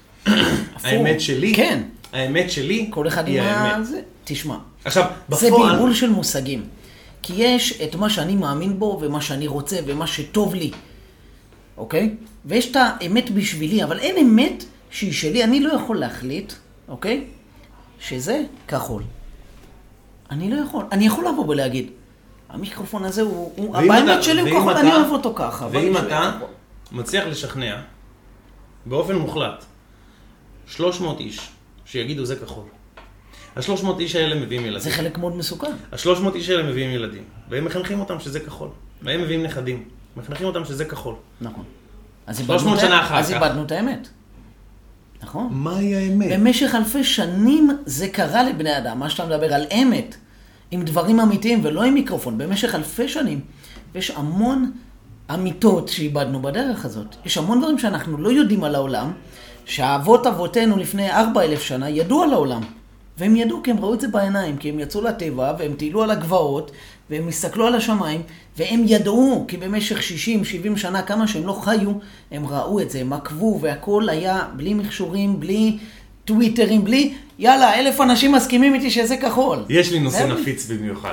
S2: האמת שלי,
S1: כן.
S2: האמת שלי
S1: כל אחד עם זה. תשמע.
S2: עכשיו,
S1: בפועל... זה בלבול של מושגים. כי יש את מה שאני מאמין בו ומה שאני רוצה ומה שטוב לי. אוקיי? ויש את האמת בשבילי, אבל אין אמת שהיא שלי. אני לא יכול להחליט, אוקיי? שזה כחול. אני לא יכול. אני יכול לבוא ולהגיד, המיקרופון הזה הוא, הוא הבאמת שלי הוא כחול, אני אוהב אותו ככה.
S2: ואם אתה מצליח לשכנע, באופן מוחלט, שלוש מאות איש שיגידו זה כחול. ה-שלוש מאות איש האלה מביאים ילדים.
S1: זה חלק מאוד מסוכן.
S2: ה-שלוש מאות איש האלה מביאים ילדים, והם מחנכים אותם שזה כחול. והם מביאים נכדים, מחנכים אותם שזה כחול.
S1: נכון.
S2: שלוש מאות שנה אחר כך.
S1: אז איבדנו את האמת. נכון?
S2: מהי האמת?
S1: במשך אלפי שנים זה קרה לבני אדם, מה שאתה מדבר על אמת, עם דברים אמיתיים ולא עם מיקרופון, במשך אלפי שנים. ויש המון אמיתות שאיבדנו בדרך הזאת. יש המון דברים שאנחנו לא יודעים על העולם, שהאבות אבותינו לפני ארבע אלף שנה ידעו על העולם. והם ידעו כי הם ראו את זה בעיניים, כי הם יצאו לטבע והם טיילו על הגבעות, והם הסתכלו על השמיים, והם ידעו כי במשך שישים שבעים שנה, כמה שהם לא חיו, הם ראו את זה, הם עקבו, והכל היה בלי מכשורים, בלי טוויטרים, בלי, יאללה, אלף אנשים מסכימים איתי שזה כחול.
S2: יש לי נושא נפיץ במיוחד.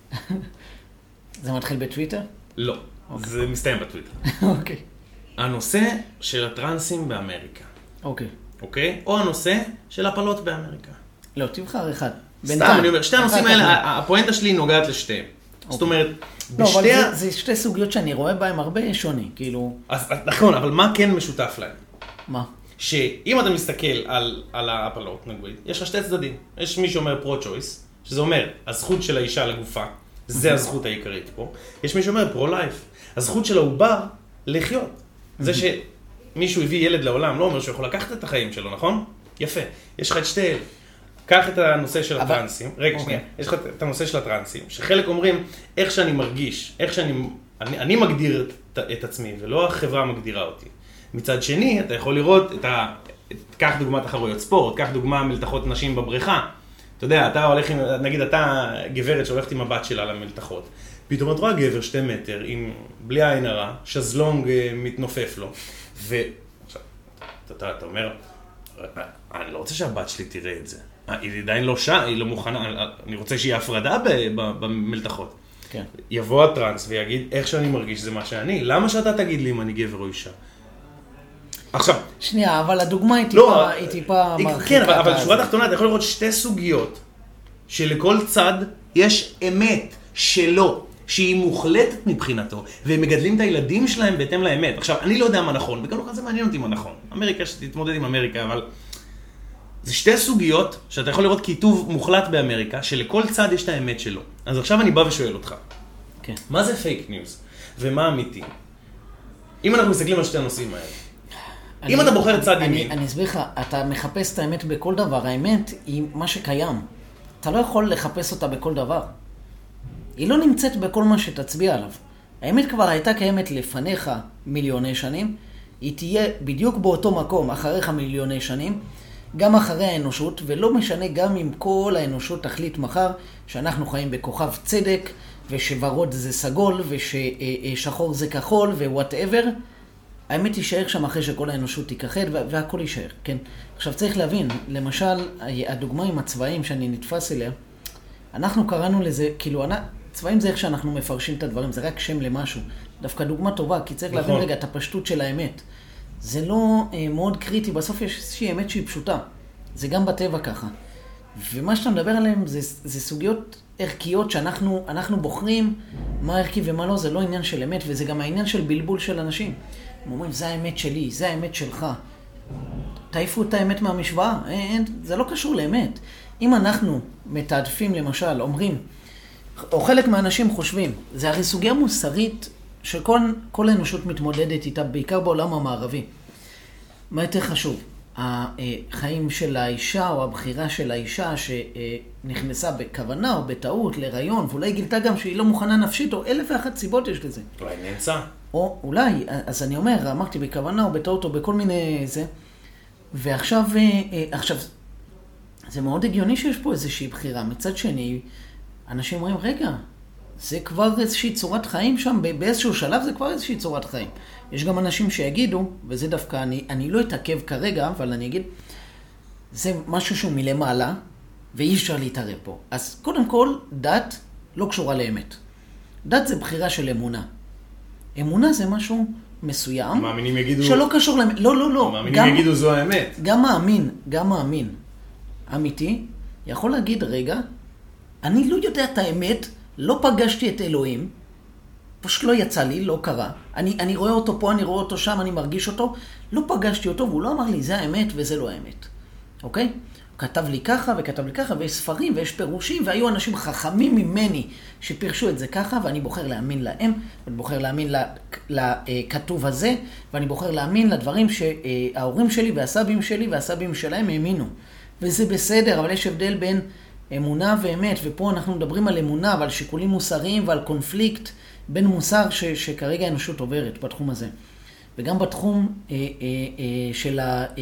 S1: זה מתחיל בטוויטר?
S2: לא, okay. זה מסתיים בטוויטר.
S1: אוקיי. okay.
S2: הנושא של הטרנסים באמריקה.
S1: אוקיי.
S2: Okay. אוקיי? Okay? או הנושא של הפלות באמריקה.
S1: לא, תבחר אחד.
S2: סתם, אני אומר, שתי הנושאים האלה, הפואנטה שלי נוגעת לשתיהם. זאת אומרת,
S1: לא, אבל זה שתי סוגיות שאני רואה בהם הרבה שוני, כאילו...
S2: נכון, אבל מה כן משותף להם?
S1: מה?
S2: שאם אתה מסתכל על ההפלות, נגיד, יש לך שתי צדדים. יש מי שאומר פרו-צ'ויס, שזה אומר, הזכות של האישה לגופה, זה הזכות העיקרית פה. יש מי שאומר פרו-לייף, הזכות של העובר לחיות. זה שמישהו הביא ילד לעולם, לא אומר שהוא יכול לקחת את החיים שלו, נכון? יפה. יש לך את שתי אלה. קח את הנושא של הטרנסים, רגע שנייה, יש לך את הנושא של הטרנסים, שחלק אומרים, איך שאני מרגיש, איך שאני, אני, אני מגדיר את, את עצמי, ולא החברה מגדירה אותי. מצד שני, אתה יכול לראות את ה... קח דוגמה תחרויות ספורט, קח דוגמה מלתחות נשים בבריכה. אתה יודע, אתה הולך עם, נגיד אתה גברת שהולכת עם הבת שלה למלתחות. פתאום את רואה גבר שתי מטר, עם בלי עין הרע, שזלונג מתנופף לו. ו... עכשיו, אתה, אתה אומר, אני לא רוצה שהבת שלי תראה את זה. היא עדיין לא שעה, היא לא מוכנה, אני רוצה שיהיה הפרדה במלתחות.
S1: כן.
S2: יבוא הטרנס ויגיד, איך שאני מרגיש זה מה שאני, למה שאתה תגיד לי אם אני גבר או אישה? עכשיו...
S1: שנייה, אבל הדוגמה היא טיפה, היא טיפה מרחיקה.
S2: כן, אבל בשורה תחתונה אתה יכול לראות שתי סוגיות, שלכל צד יש אמת שלו, שהיא מוחלטת מבחינתו, והם מגדלים את הילדים שלהם בהתאם לאמת. עכשיו, אני לא יודע מה נכון, וגם לא כזה מעניין אותי מה נכון. אמריקה, שתתמודד עם אמריקה, אבל... זה שתי סוגיות שאתה יכול לראות כיתוב מוחלט באמריקה, שלכל צד יש את האמת שלו. אז עכשיו אני בא ושואל אותך,
S1: כן.
S2: מה זה פייק ניוז? ומה אמיתי? אם אנחנו מסתכלים על שתי הנושאים האלה. אני, אם אתה בוחר צד
S1: אני,
S2: ימין...
S1: אני אסביר לך, אתה מחפש את האמת בכל דבר. האמת היא מה שקיים. אתה לא יכול לחפש אותה בכל דבר. היא לא נמצאת בכל מה שתצביע עליו. האמת כבר הייתה קיימת לפניך מיליוני שנים. היא תהיה בדיוק באותו מקום אחריך מיליוני שנים. גם אחרי האנושות, ולא משנה גם אם כל האנושות תחליט מחר שאנחנו חיים בכוכב צדק, ושורוד זה סגול, וששחור זה כחול, ווואטאבר, האמת יישאר שם אחרי שכל האנושות תיכחד, והכל יישאר, כן? עכשיו צריך להבין, למשל, הדוגמה עם הצבעים שאני נתפס אליה, אנחנו קראנו לזה, כאילו, צבעים זה איך שאנחנו מפרשים את הדברים, זה רק שם למשהו. דווקא דוגמה טובה, כי צריך להבין רגע את הפשטות של האמת. זה לא אה, מאוד קריטי, בסוף יש איזושהי אמת שהיא פשוטה. זה גם בטבע ככה. ומה שאתה מדבר עליהם זה, זה סוגיות ערכיות שאנחנו אנחנו בוחרים מה ערכי ומה לא, זה לא עניין של אמת, וזה גם העניין של בלבול של אנשים. הם אומרים, זה האמת שלי, זה האמת שלך. תעיפו את האמת מהמשוואה, אין, זה לא קשור לאמת. אם אנחנו מתעדפים למשל, אומרים, או חלק מהאנשים חושבים, זה הרי סוגיה מוסרית שכל כל האנושות מתמודדת איתה, בעיקר בעולם המערבי. מה יותר חשוב? החיים של האישה או הבחירה של האישה שנכנסה בכוונה או בטעות להיריון, ואולי גילתה גם שהיא לא מוכנה נפשית, או אלף ואחת סיבות יש לזה.
S2: אולי נאנסה.
S1: או אולי, אז אני אומר, אמרתי בכוונה או בטעות או בכל מיני זה, ועכשיו, עכשיו, זה מאוד הגיוני שיש פה איזושהי בחירה. מצד שני, אנשים אומרים, רגע, זה כבר איזושהי צורת חיים שם, באיזשהו שלב זה כבר איזושהי צורת חיים. יש גם אנשים שיגידו, וזה דווקא, אני, אני לא אתעכב כרגע, אבל אני אגיד, זה משהו שהוא מלמעלה, ואי אפשר להתערב פה. אז קודם כל, דת לא קשורה לאמת. דת זה בחירה של אמונה. אמונה זה משהו מסוים,
S2: המאמינים יגידו...
S1: שלא קשור לאמת. לא, לא, לא.
S2: המאמינים גם, יגידו זו האמת.
S1: גם מאמין, גם מאמין. אמיתי, יכול להגיד, רגע, אני לא יודע את האמת, לא פגשתי את אלוהים, פשוט לא יצא לי, לא קרה. אני, אני רואה אותו פה, אני רואה אותו שם, אני מרגיש אותו, לא פגשתי אותו, והוא לא אמר לי, זה האמת וזה לא האמת. אוקיי? הוא כתב לי ככה וכתב לי ככה, ויש ספרים ויש פירושים, והיו אנשים חכמים ממני שפירשו את זה ככה, ואני בוחר להאמין להם, ואני בוחר להאמין לכתוב הזה, ואני בוחר להאמין לדברים שההורים שלי והסבים שלי והסבים שלהם האמינו. וזה בסדר, אבל יש הבדל בין אמונה ואמת, ופה אנחנו מדברים על אמונה ועל שיקולים מוסריים ועל קונפליקט בין מוסר ש, שכרגע האנושות עוברת בתחום הזה. וגם בתחום אה, אה, אה, של, ה, אה,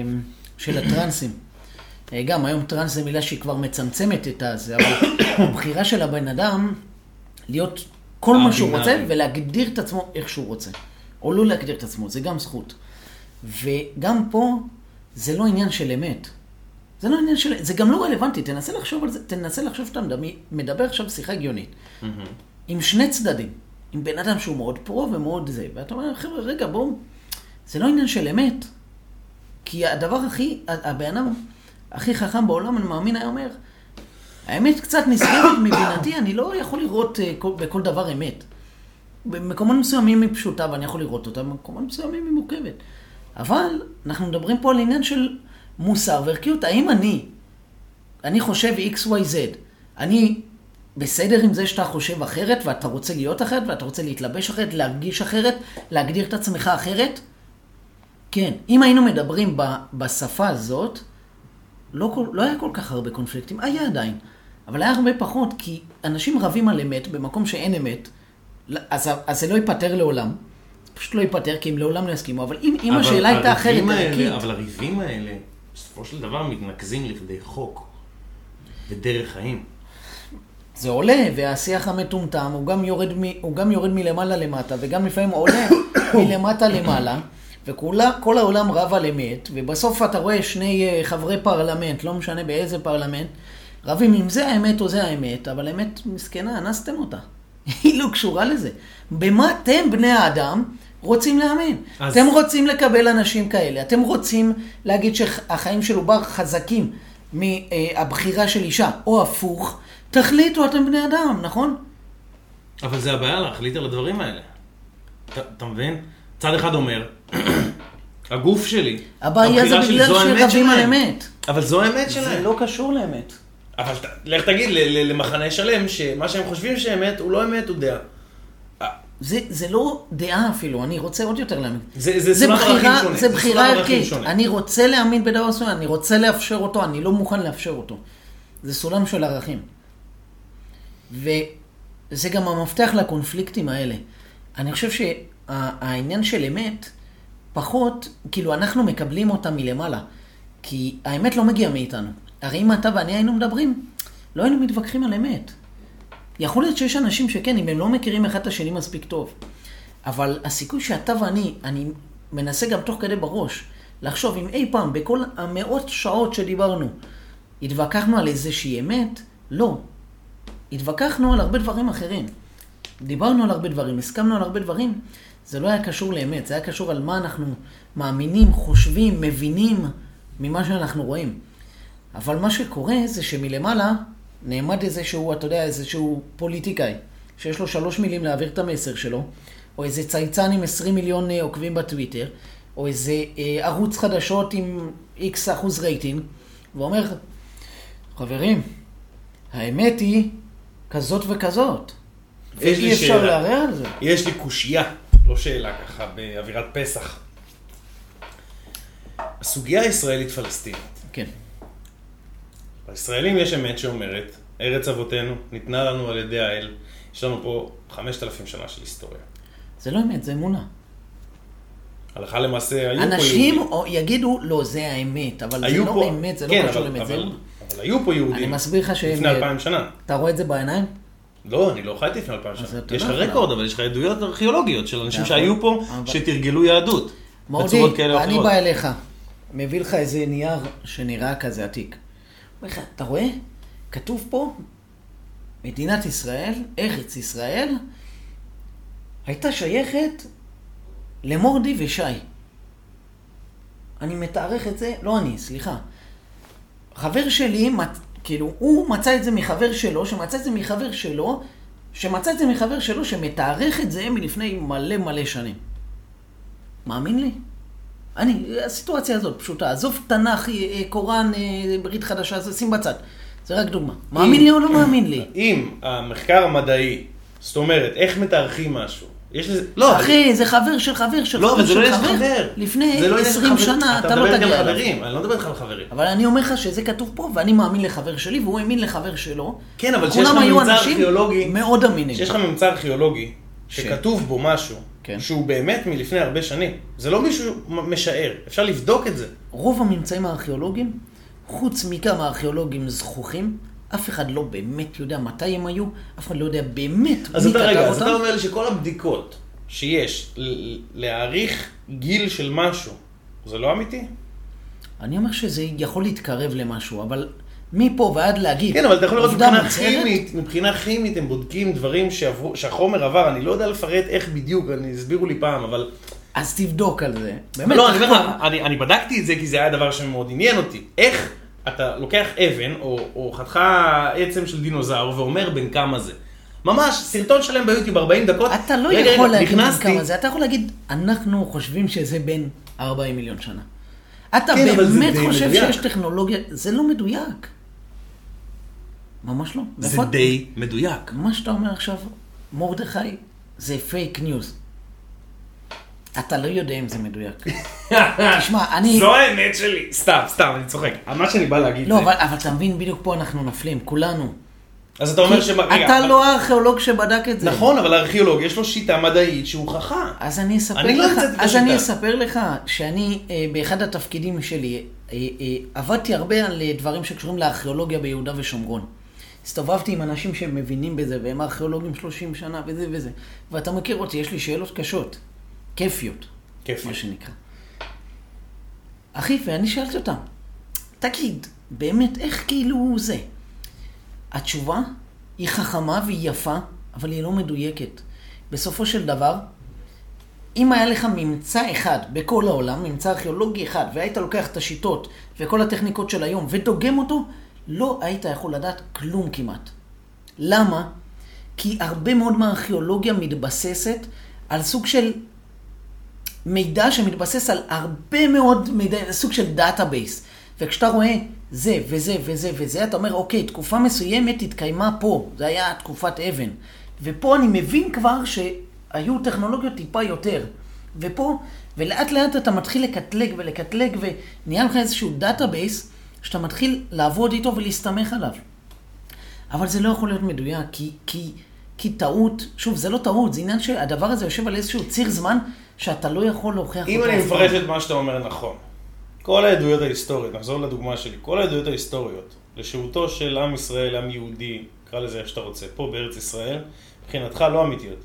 S1: של הטרנסים. אה, גם היום טרנס זה מילה שהיא כבר מצמצמת את הזה, אבל הבחירה של הבן אדם להיות כל מה שהוא רוצה ולהגדיר את עצמו איך שהוא רוצה. או לא להגדיר את עצמו, זה גם זכות. וגם פה זה לא עניין של אמת. זה לא עניין של... זה גם לא רלוונטי, תנסה לחשוב על זה, תנסה לחשוב שאתה מדבר עכשיו שיחה הגיונית. Mm-hmm. עם שני צדדים, עם בן אדם שהוא מאוד פרו ומאוד זה, ואתה אומר, חבר'ה, רגע, בואו, זה לא עניין של אמת, כי הדבר הכי, הבן אדם הכי חכם בעולם, אני מאמין, היה אומר, האמת קצת נסגרת מבינתי, אני לא יכול לראות בכל דבר אמת. במקומות מסוימים היא פשוטה, ואני יכול לראות אותה, במקומות מסוימים היא מורכבת. אבל אנחנו מדברים פה על עניין של מוסר וערכיות. האם אני, אני חושב אקס וואי זד, אני בסדר עם זה שאתה חושב אחרת, ואתה רוצה להיות אחרת, ואתה רוצה להתלבש אחרת, להרגיש אחרת, להגדיר את עצמך אחרת? כן. אם היינו מדברים ב, בשפה הזאת, לא, לא היה כל כך הרבה קונפליקטים, היה עדיין. אבל היה הרבה פחות, כי אנשים רבים על אמת במקום שאין אמת, אז, אז זה לא ייפטר לעולם. פשוט לא ייפטר, כי הם לעולם לא יסכימו. אבל אם, אם השאלה הייתה אחרת, ערכית...
S2: אבל הריבים האלה, בסופו של דבר, מתנקזים לכדי חוק ודרך חיים.
S1: זה עולה, והשיח המטומטם, הוא גם יורד, מ, הוא גם יורד מלמעלה למטה, וגם לפעמים עולה מלמטה למעלה, וכל העולם רב על אמת, ובסוף אתה רואה שני חברי פרלמנט, לא משנה באיזה פרלמנט, רבים אם זה האמת או זה האמת, אבל האמת מסכנה, אנסתם אותה. היא לא קשורה לזה. במה אתם, בני האדם, רוצים להאמין? אז... אתם רוצים לקבל אנשים כאלה, אתם רוצים להגיד שהחיים של עובר חזקים מהבחירה של אישה, או הפוך, תחליטו, אתם בני אדם, נכון?
S2: אבל זה הבעיה להחליט על הדברים האלה. אתה, אתה מבין? צד אחד אומר, הגוף שלי,
S1: הבעיה זה בגלל שרבים על אמת.
S2: אבל זו האמת שלהם.
S1: זה לא קשור לאמת.
S2: אבל לך תגיד למחנה שלם שמה שהם חושבים שאמת הוא לא אמת, הוא דעה.
S1: זה, זה לא דעה אפילו, אני רוצה עוד יותר להאמין.
S2: זה, זה, זה בחירה, שונה.
S1: זה בחירה ערכית. אני רוצה להאמין בדבר מסוים, אני רוצה לאפשר אותו, אני לא מוכן לאפשר אותו. זה סולם של ערכים. וזה גם המפתח לקונפליקטים האלה. אני חושב שהעניין של אמת, פחות, כאילו אנחנו מקבלים אותה מלמעלה. כי האמת לא מגיעה מאיתנו. הרי אם אתה ואני היינו מדברים, לא היינו מתווכחים על אמת. יכול להיות שיש אנשים שכן, אם הם לא מכירים אחד את השני מספיק טוב. אבל הסיכוי שאתה ואני, אני מנסה גם תוך כדי בראש, לחשוב אם אי פעם, בכל המאות שעות שדיברנו, התווכחנו על איזושהי אמת, לא. התווכחנו על הרבה דברים אחרים. דיברנו על הרבה דברים, הסכמנו על הרבה דברים, זה לא היה קשור לאמת, זה היה קשור על מה אנחנו מאמינים, חושבים, מבינים ממה שאנחנו רואים. אבל מה שקורה זה שמלמעלה נעמד איזשהו, אתה יודע, איזשהו פוליטיקאי, שיש לו שלוש מילים להעביר את המסר שלו, או איזה צייצן עם עשרים מיליון עוקבים בטוויטר, או איזה אה, ערוץ חדשות עם איקס אחוז רייטינג, ואומר, חברים, האמת היא כזאת וכזאת. ואי אפשר לערער על זה.
S2: יש לי קושייה, לא שאלה ככה, באווירת פסח. הסוגיה הישראלית פלסטינית.
S1: כן.
S2: הישראלים יש אמת שאומרת, ארץ אבותינו ניתנה לנו על ידי האל, יש לנו פה חמשת אלפים שנה של היסטוריה.
S1: זה לא אמת, זה אמונה.
S2: הלכה למעשה, היו פה יהודים.
S1: אנשים יגידו, לא, זה האמת, אבל זה לא אמת, זה לא קשור לאמת, זה אמונה.
S2: אבל היו פה יהודים.
S1: אני מסביר לך שהם...
S2: לפני אלפיים שנה.
S1: אתה רואה את זה בעיניים?
S2: לא, אני לא חייתי לפני אלפיים שנה. יש לך רקורד, אבל יש לך עדויות ארכיאולוגיות של אנשים שהיו פה, שתרגלו יהדות.
S1: מורדי, אני בא אליך, מביא לך איזה נייר שנראה כזה עתיק. אתה רואה? כתוב פה, מדינת ישראל, ארץ ישראל, הייתה שייכת למורדי ושי. אני מתארך את זה, לא אני, סליחה. חבר שלי, כאילו, הוא מצא את זה מחבר שלו, שמצא את זה מחבר שלו, שמצא את זה מחבר שלו, שמתארך את זה מלפני מלא מלא שנים. מאמין לי? אני, הסיטואציה הזאת פשוטה. עזוב תנ"ך, קוראן, ברית חדשה, זה שים בצד. זה רק דוגמה. מאמין לי או לא מאמין לי?
S2: אם המחקר המדעי, זאת אומרת, איך מתארכים משהו? יש לזה...
S1: לא, אחי, זה חבר של חבר של
S2: לא,
S1: חבר
S2: אבל זה לא
S1: של
S2: יש
S1: חבר.
S2: חבר.
S1: לפני עשרים שנה, אתה לא תגיע אליו.
S2: אני לא מדבר איתך על חברים.
S1: אבל אני אומר לך שזה כתוב פה, ואני מאמין לחבר שלי, והוא האמין לחבר שלו.
S2: כן, אבל שיש לך ממצא ארכיאולוגי,
S1: מאוד אמינים.
S2: שיש לך ממצא ארכיאולוגי, שכתוב בו משהו, שהוא באמת מלפני הרבה שנים. זה לא מישהו משער, אפשר לבדוק את זה.
S1: רוב הממצאים הארכיאולוגיים, חוץ מכמה ארכיאולוגים זכוכים, אף אחד לא באמת יודע מתי הם היו, אף אחד לא יודע באמת מי כתב אותם.
S2: אז אתה רגע, אז אתה אומר לי שכל הבדיקות שיש להעריך גיל של משהו, זה לא אמיתי?
S1: אני אומר שזה יכול להתקרב למשהו, אבל מפה ועד להגיד...
S2: כן, אבל אתה יכול לראות מבחינה כימית, מבחינה כימית הם בודקים דברים שהחומר עבר, אני לא יודע לפרט איך בדיוק, אני הסבירו לי פעם, אבל...
S1: אז תבדוק על זה. באמת,
S2: לא, אני, אני, אני בדקתי את זה כי זה היה דבר שמאוד עניין אותי. איך אתה לוקח אבן או, או חתיכה עצם של דינוזאור ואומר בין כמה זה? ממש, סרטון שלם ביוטיוב ארבעים דקות.
S1: אתה לא רגע, יכול רגע, להגיד נכנסתי... כמה זה, אתה יכול להגיד, אנחנו חושבים שזה בין ארבעים מיליון שנה. אתה כן, באמת חושב מדויק. שיש טכנולוגיה, זה לא מדויק. ממש לא.
S2: זה לפות... די מדויק.
S1: מה שאתה אומר עכשיו, מורדכי, זה פייק ניוז. אתה לא יודע אם זה מדויק. תשמע, אני...
S2: זו האמת שלי. סתם, סתם, אני צוחק. מה שאני בא להגיד
S1: לא,
S2: זה...
S1: אבל, אבל אתה מבין, בדיוק פה אנחנו נפלים, כולנו.
S2: אז אתה אומר שמה...
S1: אתה רגע, לא הארכיאולוג שבדק את זה.
S2: נכון, אבל הארכיאולוג יש לו שיטה מדעית שהוא חכם.
S1: אז אני אספר
S2: אני
S1: לך,
S2: לא
S1: אז אני אספר לך שאני אה, באחד התפקידים שלי אה, אה, עבדתי הרבה על דברים שקשורים לארכיאולוגיה ביהודה ושומרון. הסתובבתי עם אנשים שמבינים בזה, והם ארכיאולוגים שלושים שנה וזה וזה. ואתה מכיר אותי, יש לי שאלות קשות. כיפיות.
S2: כיפיות.
S1: מה שנקרא. אחי, ואני שאלתי אותם, תגיד, באמת, איך כאילו זה? התשובה היא חכמה והיא יפה, אבל היא לא מדויקת. בסופו של דבר, אם היה לך ממצא אחד בכל העולם, ממצא ארכיאולוגי אחד, והיית לוקח את השיטות וכל הטכניקות של היום ודוגם אותו, לא היית יכול לדעת כלום כמעט. למה? כי הרבה מאוד מהארכיאולוגיה מתבססת על סוג של מידע שמתבסס על הרבה מאוד מידע, סוג של דאטאבייס. וכשאתה רואה זה וזה וזה וזה, אתה אומר, אוקיי, תקופה מסוימת התקיימה פה, זה היה תקופת אבן. ופה אני מבין כבר שהיו טכנולוגיות טיפה יותר. ופה, ולאט לאט אתה מתחיל לקטלג ולקטלג, ונהיה לך איזשהו דאטאבייס, שאתה מתחיל לעבוד איתו ולהסתמך עליו. אבל זה לא יכול להיות מדויק, כי, כי, כי טעות, שוב, זה לא טעות, זה עניין שהדבר הזה יושב על איזשהו ציר זמן, שאתה לא יכול להוכיח אותו.
S2: אם אני מפרש את מה שאתה אומר נכון, כל העדויות ההיסטוריות, נחזור לדוגמה שלי, כל העדויות ההיסטוריות, לשהותו של עם ישראל, עם יהודי, קרא לזה איך שאתה רוצה, פה בארץ ישראל, מבחינתך לא אמיתיות.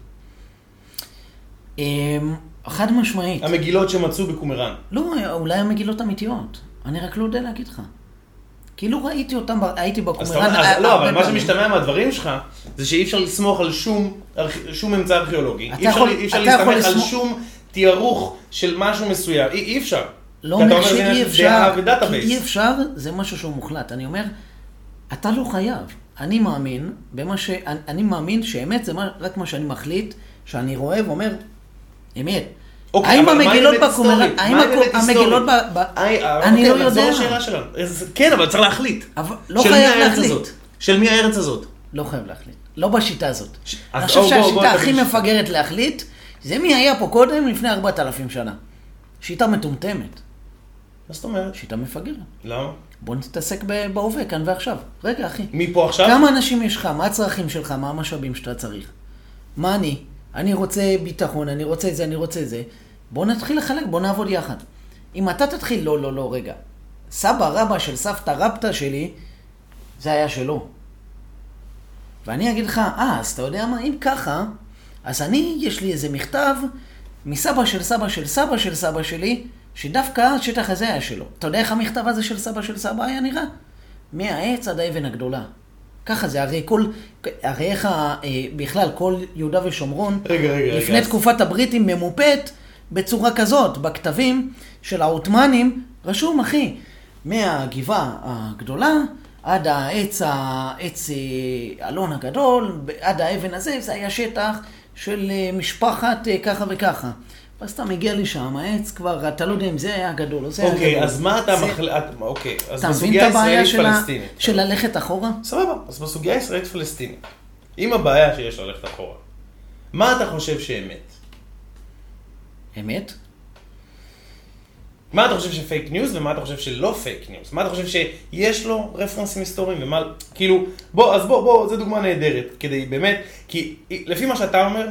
S1: חד משמעית.
S2: המגילות שמצאו בקומראן.
S1: לא, אולי המגילות אמיתיות. אני רק לא יודע להגיד לך. כאילו ראיתי אותם, הייתי בקומראן.
S2: לא, אבל מה שמשתמע מהדברים שלך, זה שאי אפשר לסמוך על שום אמצע ארכיאולוגי. אי אפשר להסתמך על שום תיארוך של משהו מסוים. אי אפשר.
S1: לא אומר שאי אפשר, כי אי אפשר, זה משהו שהוא מוחלט. אני אומר, אתה לא חייב. אני מאמין, במה ש... אני מאמין שאמת זה רק מה שאני מחליט, שאני רואה ואומר, אמת. האם המגילות בקומראן, האם המגילות ב... אני לא יודע.
S2: כן, אבל צריך להחליט.
S1: לא חייב להחליט.
S2: של מי הארץ הזאת?
S1: לא חייב להחליט. לא בשיטה הזאת. אני חושב שהשיטה הכי מפגרת להחליט, זה מי היה פה קודם לפני ארבעת אלפים שנה. שיטה מטומטמת.
S2: מה זאת אומרת?
S1: שיטה מפגרת.
S2: למה?
S1: בוא נתעסק בהווה, כאן ועכשיו. רגע, אחי.
S2: מי פה עכשיו?
S1: כמה אנשים יש לך? מה הצרכים שלך? מה המשאבים שאתה צריך? מה אני? אני רוצה ביטחון, אני רוצה את זה, אני רוצה את זה. בוא נתחיל לחלק, בוא נעבוד יחד. אם אתה תתחיל, לא, לא, לא, רגע. סבא רבא של סבתא רבתא שלי, זה היה שלו. ואני אגיד לך, אה, אז אתה יודע מה? אם ככה, אז אני, יש לי איזה מכתב מסבא של סבא של סבא של סבא שלי, שדווקא השטח הזה היה שלו. אתה יודע איך המכתב הזה של סבא של סבא היה נראה? מהעץ עד האבן הגדולה. ככה זה, הרי כל, הרי איך בכלל כל יהודה ושומרון,
S2: רגע, רגע,
S1: לפני
S2: רגע,
S1: תקופת הבריטים ממופת בצורה כזאת, בכתבים של העות'מאנים, רשום אחי, מהגבעה הגדולה עד העץ, העץ אלון הגדול, עד האבן הזה, זה היה שטח של משפחת ככה וככה. ואז אתה מגיע לשם, העץ כבר, אתה לא יודע אם זה היה גדול או זה היה גדול.
S2: אוקיי, אז מה אתה מחליט, אוקיי, אז
S1: אתה מבין
S2: בסוגיה
S1: את הבעיה
S2: ישראלית פלסטינית.
S1: של ללכת אחורה?
S2: סבבה, אז בסוגיה ישראלית פלסטינית, עם הבעיה שיש ללכת אחורה, מה אתה חושב שאמת?
S1: אמת?
S2: מה אתה חושב שפייק ניוז ומה אתה חושב שלא פייק ניוז? מה אתה חושב שיש לו רפרנסים היסטוריים ומה, כאילו, בוא, אז בוא, בוא, זו דוגמה נהדרת, כדי באמת, כי לפי מה שאתה אומר,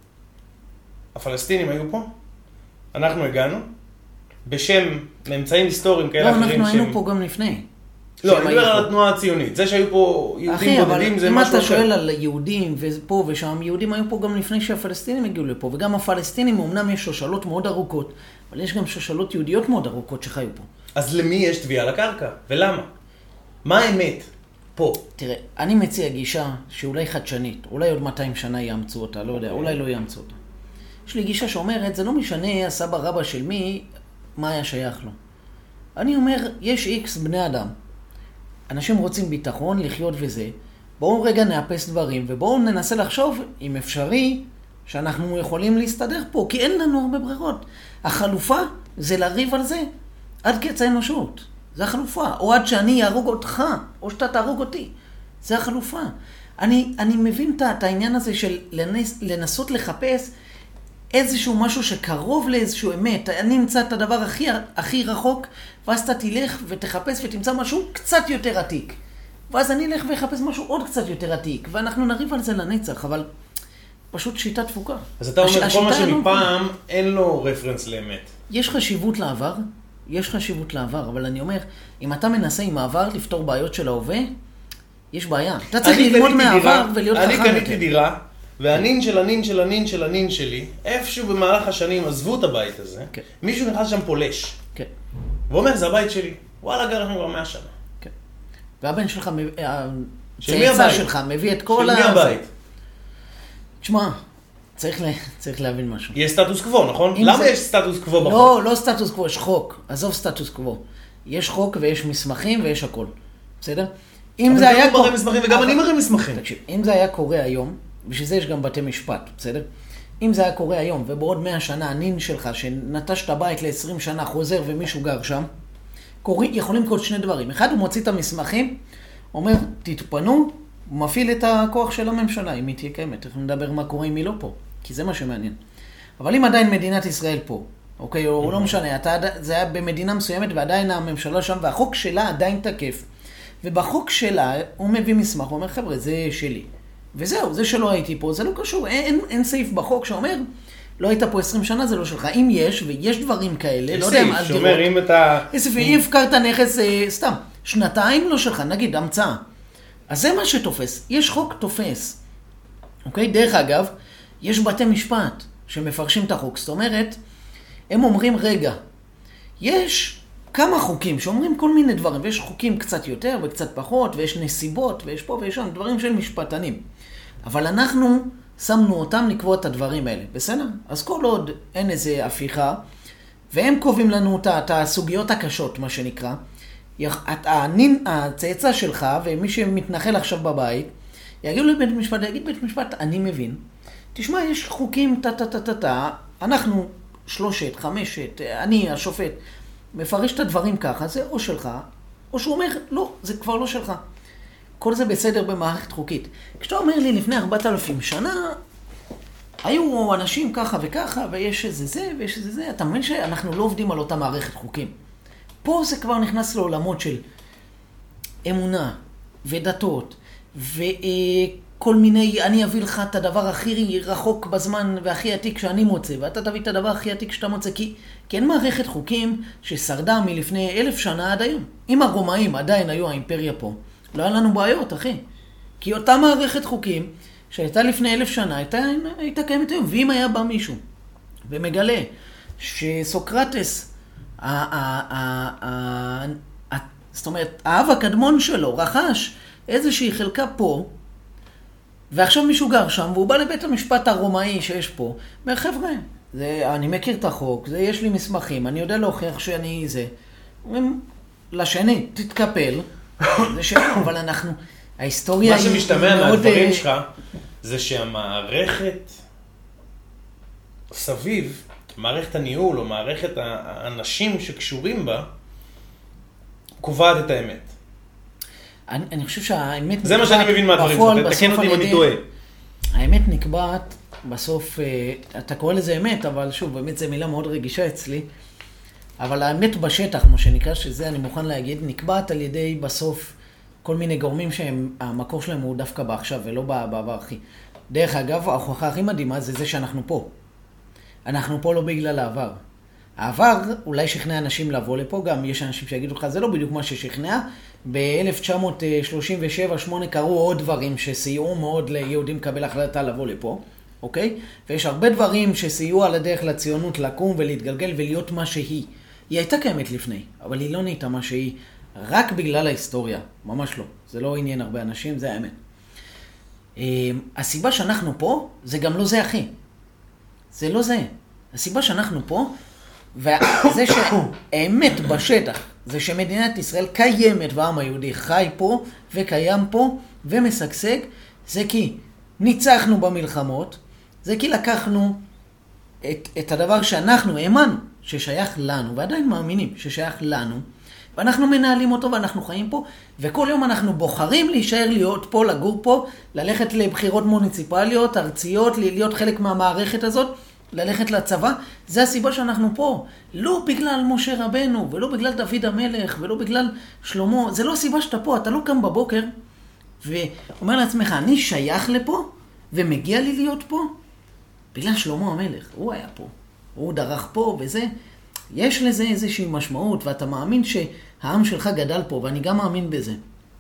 S2: הפלסטינים היו פה, אנחנו הגענו, בשם מאמצעים היסטוריים כאלה אחרים שהם...
S1: לא, אנחנו היינו פה גם לפני.
S2: לא, אני מדבר על התנועה הציונית. זה שהיו פה יהודים בודדים זה משהו אחר.
S1: אם אתה שואל על יהודים ופה ושם, יהודים היו פה גם לפני שהפלסטינים הגיעו לפה, וגם הפלסטינים, אמנם יש שושלות מאוד ארוכות, אבל יש גם שושלות יהודיות מאוד ארוכות שחיו פה.
S2: אז למי יש תביעה לקרקע? ולמה? מה האמת? פה.
S1: תראה, אני מציע גישה שאולי חדשנית, אולי עוד מאתיים שנה יאמצו אותה, לא יודע, אולי לא יאמצו אותה. יש לי גישה שאומרת, זה לא משנה הסבא רבא של מי, מה היה שייך לו. אני אומר, יש איקס בני אדם. אנשים רוצים ביטחון, לחיות וזה. בואו רגע נאפס דברים, ובואו ננסה לחשוב, אם אפשרי, שאנחנו יכולים להסתדר פה, כי אין לנו הרבה ברירות. החלופה זה לריב על זה, עד קץ האנושות. זה החלופה. או עד שאני ארוג אותך, או שאתה תרוג אותי. זה החלופה. אני, אני מבין את העניין הזה של לנס, לנסות לחפש איזשהו משהו שקרוב לאיזשהו אמת. אני אמצא את הדבר הכי, הכי רחוק, ואז אתה תלך ותחפש ותמצא משהו קצת יותר עתיק. ואז אני אלך ויחפש משהו עוד קצת יותר עתיק, ואנחנו נריב על זה לנצח, אבל פשוט שיטה תפוקה.
S2: אז אתה אומר, כל מה שמפעם לא... אין לו רפרנס לאמת.
S1: יש חשיבות לעבר, יש חשיבות לעבר, אבל אני אומר, אם אתה מנסה עם העבר לפתור בעיות של ההווה, יש בעיה. אתה צריך ללמוד מהעבר ולהיות חכם יותר.
S2: אני קניתי דירה, והנין של הנין של הנין של הנין שלי, איפשהו במהלך השנים עזבו את הבית הזה, כן. מישהו נכנס שם פולש.
S1: כן.
S2: ואומר, זה הבית שלי. וואלה, גר לכם כבר מאה שנה.
S1: כן. והבן שלך, הצאצא שלך, מביא את כל ה...
S2: של מי הבית?
S1: תשמע, צריך, לה... צריך להבין משהו.
S2: יש סטטוס קוו, נכון? למה זה... יש סטטוס קוו בחוק?
S1: לא, לא סטטוס קוו, יש חוק. עזוב סטטוס קוו. יש חוק ויש מסמכים ויש הכל. בסדר? אם זה היה...
S2: אבל גם מראה מסמכים וגם אני מראה מסמכים.
S1: תקשיב, אם זה היה קורה היום, בשביל זה יש גם בתי משפט, בסדר? אם זה היה קורה היום, ובעוד מאה שנה הנין שלך, שנטש את הבית ל-עשרים שנה, חוזר ומישהו גר שם, קוראים, יכולים לקרות שני דברים. אחד, הוא מוציא את המסמכים, אומר, תתפנו, הוא מפעיל את הכוח של הממשלה, אם היא תהיה קיימת. אנחנו נדבר מה קורה אם היא לא פה, כי זה מה שמעניין. אבל אם עדיין מדינת ישראל פה, אוקיי, או לא משנה, אתה, זה היה במדינה מסוימת, ועדיין הממשלה שם, והחוק שלה עדיין תקף. ובחוק שלה, הוא מביא מסמך, הוא אומר, חבר'ה, זה שלי. וזהו, זה שלא הייתי פה, זה לא קשור. אין, אין סעיף בחוק שאומר, לא היית פה עשרים שנה, זה לא שלך. אם יש, ויש דברים כאלה, לא יודע מה,
S2: סעיף שאומר, אם אתה...
S1: סעיף, אם הפקרת נכס, סתם, שנתיים לא שלך, נגיד, המצאה. אז זה מה שתופס. יש חוק תופס. אוקיי? דרך אגב, יש בתי משפט שמפרשים את החוק. זאת אומרת, הם אומרים, רגע, יש כמה חוקים שאומרים כל מיני דברים, ויש חוקים קצת יותר וקצת פחות, ויש נסיבות, ויש פה ויש שם, דברים של משפטנים. אבל אנחנו שמנו אותם לקבוע את הדברים האלה, בסדר? אז כל עוד אין איזה הפיכה, והם קובעים לנו את הסוגיות הקשות, מה שנקרא, הצאצא שלך ומי שמתנחל עכשיו בבית, יגיעו לבית משפט, יגיד בית משפט, אני מבין. תשמע, יש חוקים, טה-טה-טה-טה, אנחנו שלושת, חמשת, אני, השופט, מפרש את הדברים ככה, זה או שלך, או שהוא אומר, לא, זה כבר לא שלך. כל זה בסדר במערכת חוקית. כשאתה אומר לי, לפני ארבעת אלפים שנה, היו אנשים ככה וככה, ויש איזה זה, ויש איזה זה, אתה מבין שאנחנו לא עובדים על אותה מערכת חוקים. פה זה כבר נכנס לעולמות של אמונה ודתות, וכל מיני, אני אביא לך את הדבר הכי רחוק בזמן והכי עתיק שאני מוצא, ואתה תביא את הדבר הכי עתיק שאתה מוצא, כי, כי אין מערכת חוקים ששרדה מלפני אלף שנה עד היום. אם הרומאים עדיין היו האימפריה פה, לא היה לנו בעיות, אחי. כי אותה מערכת חוקים שהייתה לפני אלף שנה, הייתה, הייתה קיימת היום. ואם היה בא מישהו ומגלה שסוקרטס, ה, ה, ה, ה, ה, זאת אומרת, האב הקדמון שלו רכש איזושהי חלקה פה, ועכשיו מישהו גר שם, והוא בא לבית המשפט הרומאי שיש פה, אומר, חבר'ה, זה, אני מכיר את החוק, זה, יש לי מסמכים, אני יודע להוכיח שאני זה. אומרים, לשני, תתקפל, זה שלנו, אבל אנחנו, ההיסטוריה
S2: היא מאוד... מה שמשתמע מהדברים שלך, זה שהמערכת סביב, מערכת הניהול או מערכת האנשים שקשורים בה, קובעת את האמת.
S1: אני, אני חושב שהאמת...
S2: זה מה שאני מבין מהדברים, תתקן אותי אם אני טועה.
S1: האמת נקבעת בסוף, אתה קורא לזה אמת, אבל שוב, באמת זו מילה מאוד רגישה אצלי, אבל האמת בשטח, מה שנקרא, שזה אני מוכן להגיד, נקבעת על ידי בסוף כל מיני גורמים שהמקור שלהם הוא דווקא בעכשיו ולא בעבר הכי. דרך אגב, ההוכחה הכי מדהימה זה זה שאנחנו פה. אנחנו פה לא בגלל העבר. העבר אולי שכנע אנשים לבוא לפה, גם יש אנשים שיגידו לך, זה לא בדיוק מה ששכנע. ב-אלף תשע מאות שלושים ושבע שמונה קרו עוד דברים שסייעו מאוד ליהודים לקבל החלטה לבוא לפה, אוקיי? ויש הרבה דברים שסייעו על הדרך לציונות לקום ולהתגלגל ולהיות מה שהיא. היא הייתה קיימת לפני, אבל היא לא נהייתה מה שהיא רק בגלל ההיסטוריה. ממש לא. זה לא עניין הרבה אנשים, זה האמת. הסיבה שאנחנו פה, זה גם לא זה אחי. זה לא זה. הסיבה שאנחנו פה, וזה שהאמת בשטח, זה שמדינת ישראל קיימת והעם היהודי חי פה וקיים פה ומשגשג, זה כי ניצחנו במלחמות, זה כי לקחנו את, את הדבר שאנחנו האמנו ששייך לנו, ועדיין מאמינים ששייך לנו, ואנחנו מנהלים אותו ואנחנו חיים פה, וכל יום אנחנו בוחרים להישאר להיות פה, לגור פה, ללכת לבחירות מוניציפליות, ארציות, להיות חלק מהמערכת הזאת, ללכת לצבא. זה הסיבה שאנחנו פה. לא בגלל משה רבנו, ולא בגלל דוד המלך, ולא בגלל שלמה. זה לא הסיבה שאתה פה. אתה לא קם בבוקר ואומר לעצמך, אני שייך לפה ומגיע לי להיות פה בגלל שלמה המלך. הוא היה פה. הוא דרך פה וזה. יש לזה איזושהי משמעות, ואתה מאמין שהעם שלך גדל פה, ואני גם מאמין בזה.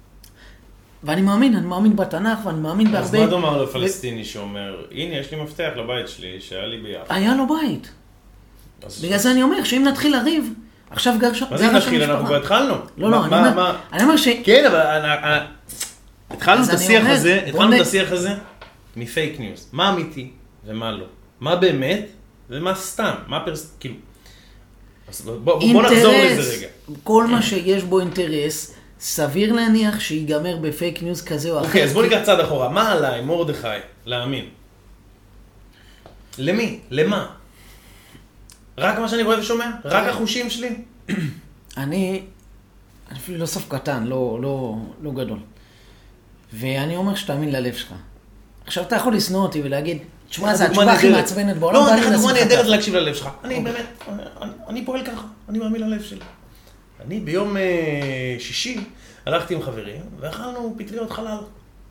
S1: ואני מאמין, אני מאמין בתנ"ך, ואני מאמין בהרבה...
S2: אז מה דומר לפלסטיני שאומר, הנה, יש לי מפתח לבית שלי, שהיה לי ביחד.
S1: היה לו בית. בגלל זה אני אומר, שאם נתחיל לריב, עכשיו גר שם...
S2: מה זה נתחיל? אנחנו כבר התחלנו.
S1: לא, לא, אני אומר ש...
S2: כן, אבל התחלנו את השיח הזה, התחלנו את השיח הזה מפייק ניוז. מה אמיתי ומה לא? מה באמת ומה סתם? מה פרס... כאילו... בוא נחזור לזה רגע.
S1: כל מה שיש בו אינטרס, סביר להניח שיגמר בפייק ניוז כזה או אחר.
S2: אוקיי, אז בוא ניקח צעד אחורה. מה עליי, מרדכי, להאמין? למי? למה? רק מה שאני רואה ושומע? רק החושים שלי?
S1: אני, אפילו לא סוף קטן, לא, לא, לא גדול. ואני אומר שתאמין ללב שלך. עכשיו אתה יכול לסנוע אותי ולהגיד, תשמע, זה התשובה הכי מעצבנת בעולם.
S2: לא, אני דוגמה נהדרת להקשיב ללב שלך. אני באמת, אני פועל ככה, אני מאמין ללב שלי. אני ביום שישי הלכתי עם חברים, ואכלנו פטריות חלל.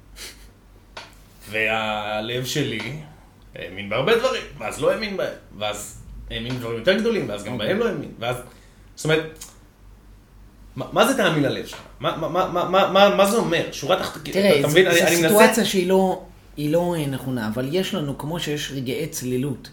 S2: והלב שלי האמין בהרבה דברים, ואז לא האמין בהם. ואז האמין דברים יותר גדולים, ואז גם בהם לא האמין. ואז, זאת אומרת, מה זה תאמין ללב שלך? מה זה אומר? שורה תחתונה,
S1: תראה, זו סיטואציה שהיא לא נכונה, אבל יש לנו, כמו שיש רגעי צלילות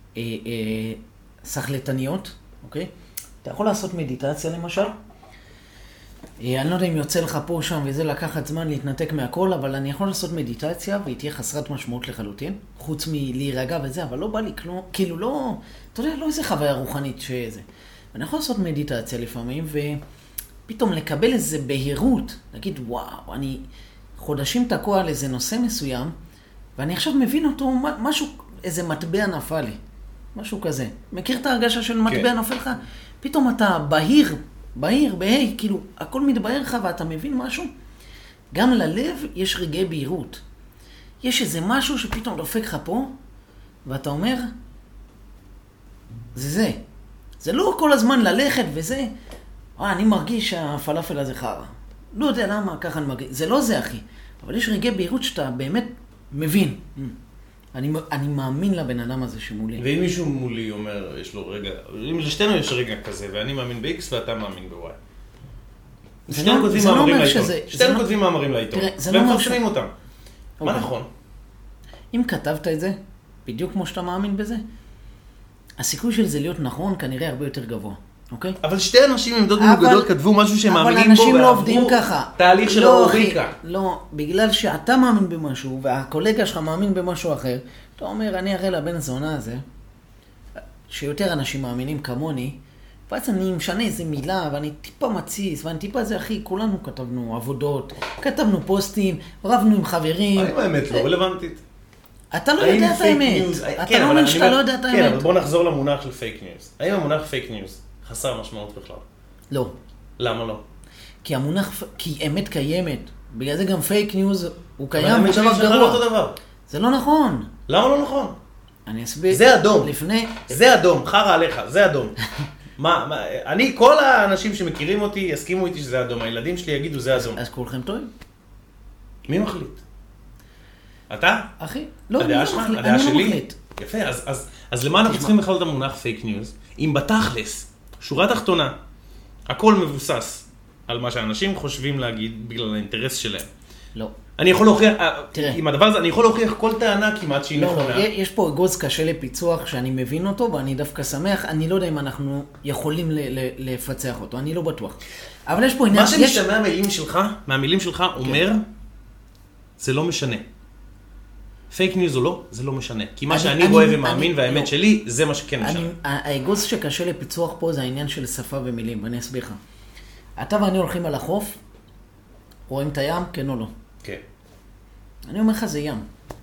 S1: סחלטניות, אוקיי? אתה יכול לעשות מדיטציה למשל. אני לא יודע אם יוצא לך פה שם וזה לקחת זמן להתנתק מהכל, אבל אני יכול לעשות מדיטציה והיא תהיה חסרת משמעות לחלוטין, חוץ מלהירגע וזה, אבל לא בא לי כלום, כאילו לא, אתה יודע, לא איזה חוויה רוחנית שזה. אני יכול לעשות מדיטציה לפעמים ופתאום לקבל איזה בהירות, להגיד וואו, אני חודשים תקוע על איזה נושא מסוים, ואני עכשיו מבין אותו, משהו, איזה מטבע נפל לי, משהו כזה. מכיר את ההרגשה של מטבע כן. נופל לך? פתאום אתה בהיר, בהיר, בהי, כאילו, הכל מתבהר לך ואתה מבין משהו. גם ללב יש רגעי בהירות. יש איזה משהו שפתאום דופק לך פה, ואתה אומר, זה זה. זה לא כל הזמן ללכת וזה, אה, אני מרגיש שהפלאפל הזה חרא. לא יודע למה, ככה אני מרגיש. זה לא זה, אחי. אבל יש רגעי בהירות שאתה באמת מבין. אני, אני מאמין לבן אדם הזה שמולי.
S2: ואם מישהו מולי אומר, יש לו רגע, אם לשתינו יש רגע כזה, ואני מאמין ב-X ואתה מאמין ב-Y. שתינו כותבים מאמרים לעיתון. שתינו כותבים מאמרים לעיתון. והם מפרסמים אותם. מה נכון?
S1: אם כתבת את זה, בדיוק כמו שאתה מאמין בזה, הסיכוי של זה להיות נכון כנראה הרבה יותר גבוה. אוקיי?
S2: אבל שתי אנשים עם עמדות מנוגדות כתבו משהו שהם מאמינים בו,
S1: אבל אנשים לא עובדים ככה.
S2: תהליך של האוריקה.
S1: לא, בגלל שאתה מאמין במשהו, והקולגה שלך מאמין במשהו אחר, אתה אומר, אני אראה לבן זונה הזה, שיותר אנשים מאמינים כמוני, ואז אני משנה איזה מילה, ואני טיפה מציס, ואני טיפה זה, אחי, כולנו כתבנו עבודות, כתבנו פוסטים, רבנו עם חברים.
S2: האם האמת לא רלוונטית?
S1: אתה לא יודע את האמת. אתה לא אומר שאתה לא יודע את האמת.
S2: כן, אבל בוא נחזור למונח של פייק ניוז. האם המונח פייק ניוז חסר משמעות בכלל?
S1: לא.
S2: למה לא?
S1: כי המונח, כי אמת קיימת. בגלל זה גם פייק ניוז הוא קיים.
S2: אבל האמת שלך לא אותו דבר.
S1: זה לא נכון.
S2: למה לא נכון?
S1: אני אסביר.
S2: זה אדום.
S1: לפני...
S2: זה אדום, חרה עליך, זה אדום. מה, מה, אני, כל האנשים שמכירים אותי יסכימו איתי שזה אדום. הילדים שלי יגידו זה אדום.
S1: אז כולכם טועים.
S2: מי מחליט? אתה?
S1: אחי, לא,
S2: הדעה שלך?
S1: אני
S2: הדעה
S1: לא
S2: שלי?
S1: מחליט.
S2: יפה, אז, אז, אז למה אנחנו צריכים בכלל את המונח פייק ניוז? אם בתכלס, שורה תחתונה, הכל מבוסס על מה שאנשים חושבים להגיד בגלל האינטרס שלהם.
S1: לא.
S2: אני יכול להוכיח,
S1: תראה.
S2: עם הדבר הזה, אני יכול להוכיח כל טענה כמעט שהיא
S1: לא,
S2: נכונה.
S1: לא, יש פה אגוז קשה לפיצוח שאני מבין אותו, ואני דווקא שמח, אני לא יודע אם אנחנו יכולים ל- ל- לפצח אותו, אני לא בטוח. אבל יש פה עניין...
S2: מה שמשתמע מהמילים שלך, מהמילים שלך אומר, זה לא משנה. פייק ניוז או לא, זה לא משנה. כי מה שאני רואה ומאמין והאמת שלי, זה מה שכן משנה.
S1: האגוז שקשה לפיצוח פה זה העניין של שפה ומילים, ואני אסביר לך. אתה ואני הולכים על החוף, רואים את הים, כן או לא?
S2: כן.
S1: אני אומר לך, זה ים.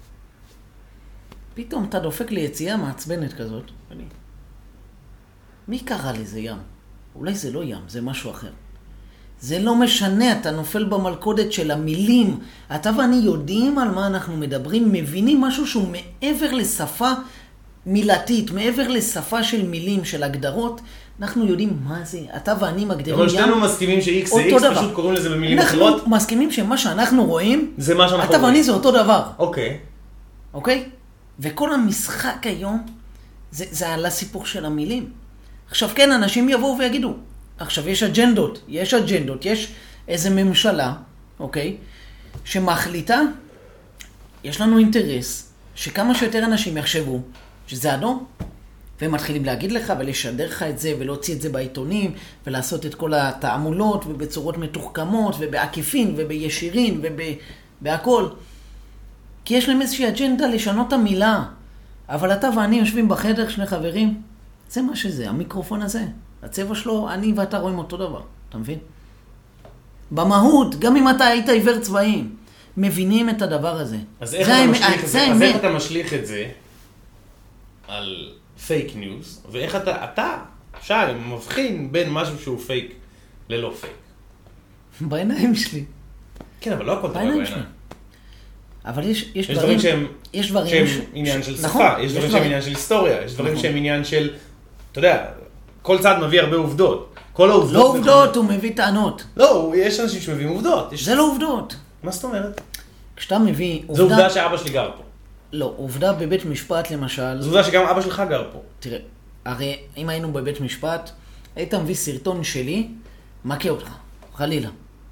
S1: פתאום אתה דופק לי יציאה מעצבנת כזאת. אני... מי קרא לזה ים? אולי זה לא ים, זה משהו אחר. זה לא משנה, אתה נופל במלכודת של המילים. אתה ואני יודעים על מה אנחנו מדברים, מבינים משהו שהוא מעבר לשפה מילתית, מעבר לשפה של מילים, של הגדרות. אנחנו יודעים מה זה, אתה ואני מגדירים ים.
S2: אבל שתינו מסכימים ש-X זה X, פשוט קוראים לזה במילים אחרות.
S1: אנחנו מסכימים שמה שאנחנו רואים,
S2: זה מה שאנחנו
S1: אתה ואני זה אותו דבר.
S2: אוקיי.
S1: אוקיי? וכל המשחק היום, זה, זה על הסיפור של המילים. עכשיו כן, אנשים יבואו ויגידו, עכשיו יש אג'נדות, יש אג'נדות, יש איזה ממשלה, אוקיי? שמחליטה, יש לנו אינטרס, שכמה שיותר אנשים יחשבו שזה אדום, והם מתחילים להגיד לך ולשדר לך את זה, ולהוציא את זה בעיתונים, ולעשות את כל התעמולות, ובצורות מתוחכמות, ובעקיפין, ובישירין, ובהכל. כי יש להם איזושהי אג'נדה לשנות את המילה. אבל אתה ואני יושבים בחדר, שני חברים, זה מה שזה, המיקרופון הזה. הצבע שלו, אני ואתה רואים אותו דבר. אתה מבין? במהות, גם אם אתה היית עיוור צבעים, מבינים את הדבר הזה.
S2: אז איך, אתה משליך, זה, אז איך אתה משליך את זה על פייק ניוז, ואיך אתה, אתה, שי, מבחין בין משהו שהוא פייק ללא פייק?
S1: בעיניים שלי.
S2: כן, אבל לא הכל דבר בעיניים.
S1: אבל יש, יש,
S2: יש דברים שהם,
S1: יש דברים
S2: שהם
S1: ש...
S2: עניין של שפה,
S1: נכון,
S2: יש דברים שהם עניין של היסטוריה, יש דברים שהם עניין של, אתה יודע, כל צד מביא הרבה עובדות. כל העובדות...
S1: לא עובדות, הוא מביא טענות.
S2: לא, יש אנשים שמביאים עובדות.
S1: זה לא עובדות.
S2: מה זאת אומרת?
S1: כשאתה מביא עובדה...
S2: זו עובדה שאבא שלי גר פה.
S1: לא, עובדה בבית משפט למשל...
S2: זו עובדה שגם אבא שלך גר פה.
S1: תראה, הרי אם היינו בבית משפט, היית מביא סרטון שלי, מכה אותך, חלילה.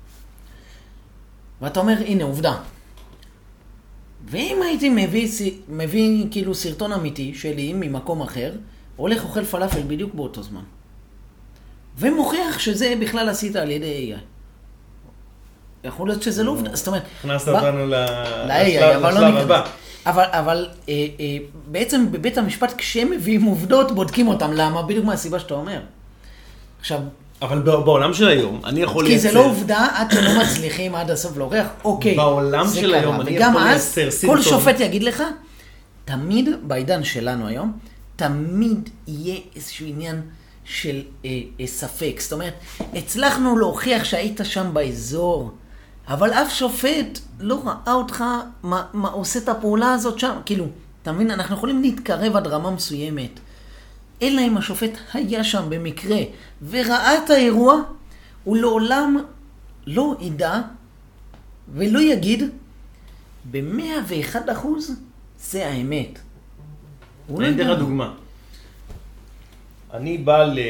S1: ואתה אומר, הנה, עובדה. ואם הייתי מביא, מביא כאילו סרטון אמיתי שלי ממקום אחר, הולך אוכל פלאפל בדיוק באותו זמן. ומוכיח שזה בכלל עשית על ידי איי איי. יכול להיות שזה לא עובדה, זאת אומרת...
S2: הכנסת אותנו
S1: לשלב הבא. אבל, אבל אה, אה, בעצם בבית המשפט כשהם מביאים עובדות בודקים אותם, למה? בדיוק מהסיבה שאתה אומר. עכשיו...
S2: אבל בעולם של היום, אני יכול לייצר...
S1: כי זה לא עובדה, עד שלא מצליחים עד הסוף להוכיח, אוקיי,
S2: בעולם של היום, אני יכול לייצר סרטון.
S1: כל שופט יגיד לך, תמיד בעידן שלנו היום, תמיד יהיה איזשהו עניין של אה, אה, ספק. זאת אומרת, הצלחנו להוכיח שהיית שם באזור, אבל אף שופט לא ראה אותך מה, מה עושה את הפעולה הזאת שם. כאילו, אתה מבין, אנחנו יכולים להתקרב עד רמה מסוימת. אלא אם השופט היה שם במקרה וראה את האירוע, הוא לעולם לא ידע ולא יגיד, ב-מאה ואחד אחוז זה האמת.
S2: אני אתן לך דוגמה. אני בא ל...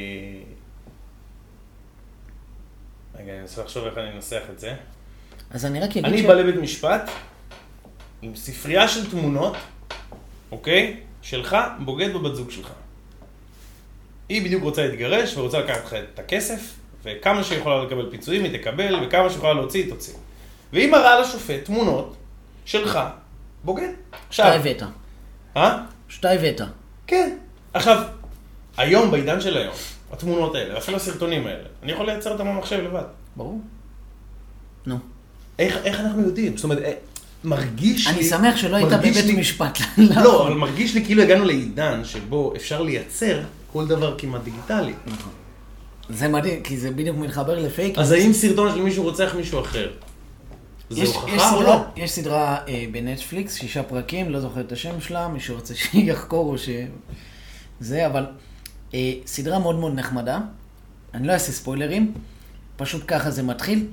S2: רגע, אני אנסה לחשוב איך אני אנסח את זה.
S1: אז אני רק אגיד
S2: אני
S1: ש...
S2: בא לבית משפט עם ספרייה של תמונות, אוקיי? שלך, בוגד בבת זוג שלך. היא בדיוק רוצה להתגרש ורוצה לקחת לך את הכסף, וכמה שהיא יכולה לקבל פיצויים היא תקבל, וכמה שיכולה להוציא היא תוציא. והיא מראה לשופט תמונות שלך, בוגד.
S1: שאתה הבאת.
S2: אה?
S1: שאתה הבאת.
S2: כן. עכשיו, היום, בעידן של היום, התמונות האלה, אפילו הסרטונים האלה, אני יכול לייצר אותם במחשב לבד.
S1: ברור. נו.
S2: איך, איך אנחנו יודעים? זאת אומרת, מרגיש לי...
S1: אני שמח שלא היית בבית משפט.
S2: לא, אבל מרגיש לי כאילו הגענו לעידן שבו אפשר לייצר כל דבר כמעט דיגיטלי.
S1: נכון. זה מדהים, כי זה בדיוק מתחבר לפייק.
S2: אז האם סרטון של מישהו רוצח מישהו אחר? זה הוכחה או לא?
S1: יש סדרה בנטפליקס, שישה פרקים, לא זוכר את השם שלה, מישהו רוצה שיחקור או ש... זה, אבל סדרה מאוד מאוד נחמדה. אני לא אעשה ספוילרים, פשוט ככה זה מתחיל.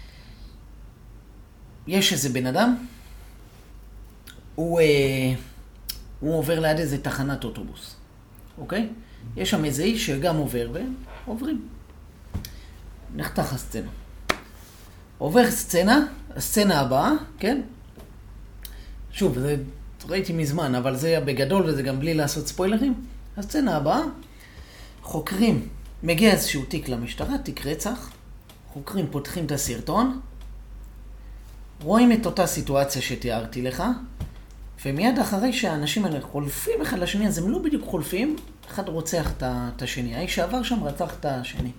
S1: יש איזה בן אדם, הוא, הוא עובר ליד איזה תחנת אוטובוס, אוקיי? יש שם איזה איש שגם עובר והם עוברים. נחתך הסצנה. עובר סצנה, הסצנה הבאה, כן? שוב, זה ראיתי מזמן, אבל זה בגדול וזה גם בלי לעשות ספוילרים. הסצנה הבאה, חוקרים, מגיע איזשהו תיק למשטרה, תיק רצח, חוקרים פותחים את הסרטון, רואים את אותה סיטואציה שתיארתי לך, ומיד אחרי שהאנשים האלה חולפים אחד לשני, אז הם לא בדיוק חולפים, אחד רוצח את השני, האיש שעבר שם רצח את השני.